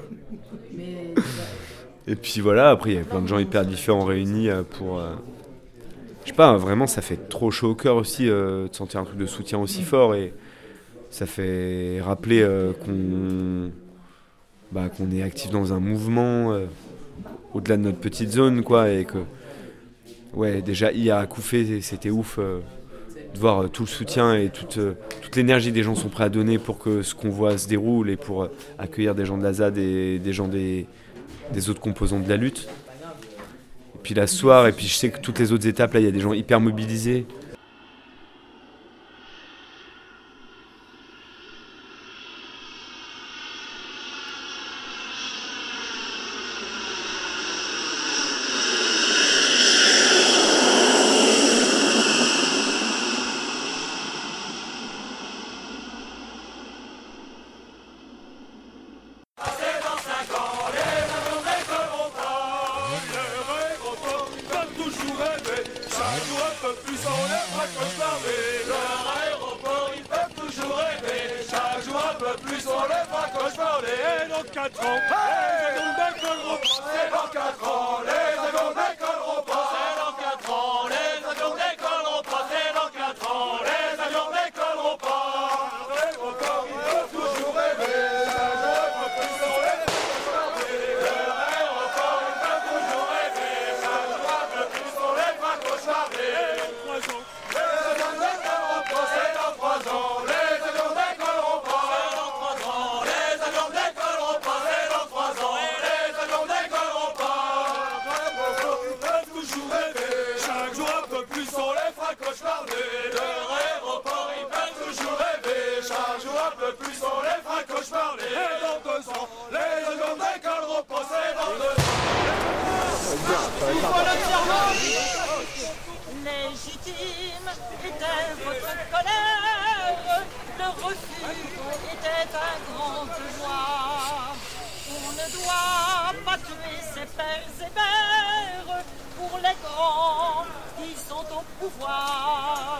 Et puis voilà, après il y avait plein de gens hyper différents réunis pour... Euh, Je sais pas, vraiment ça fait trop chaud au cœur aussi euh, de sentir un truc de soutien aussi fort et ça fait rappeler euh, qu'on, bah, qu'on est actif dans un mouvement euh, au-delà de notre petite zone quoi et que ouais déjà hier à Koufé c'était ouf euh, de voir euh, tout le soutien et toute, euh, toute l'énergie des gens sont prêts à donner pour que ce convoi se déroule et pour euh, accueillir des gens de la Z A D et des gens des, des autres composants de la lutte. Puis la soirée, et puis je sais que toutes les autres étapes, là, il y a des gens hyper mobilisés. Légitime était votre colère, le refus était un grand devoir. On ne doit pas tuer ses pères et mères pour les grands qui sont au pouvoir.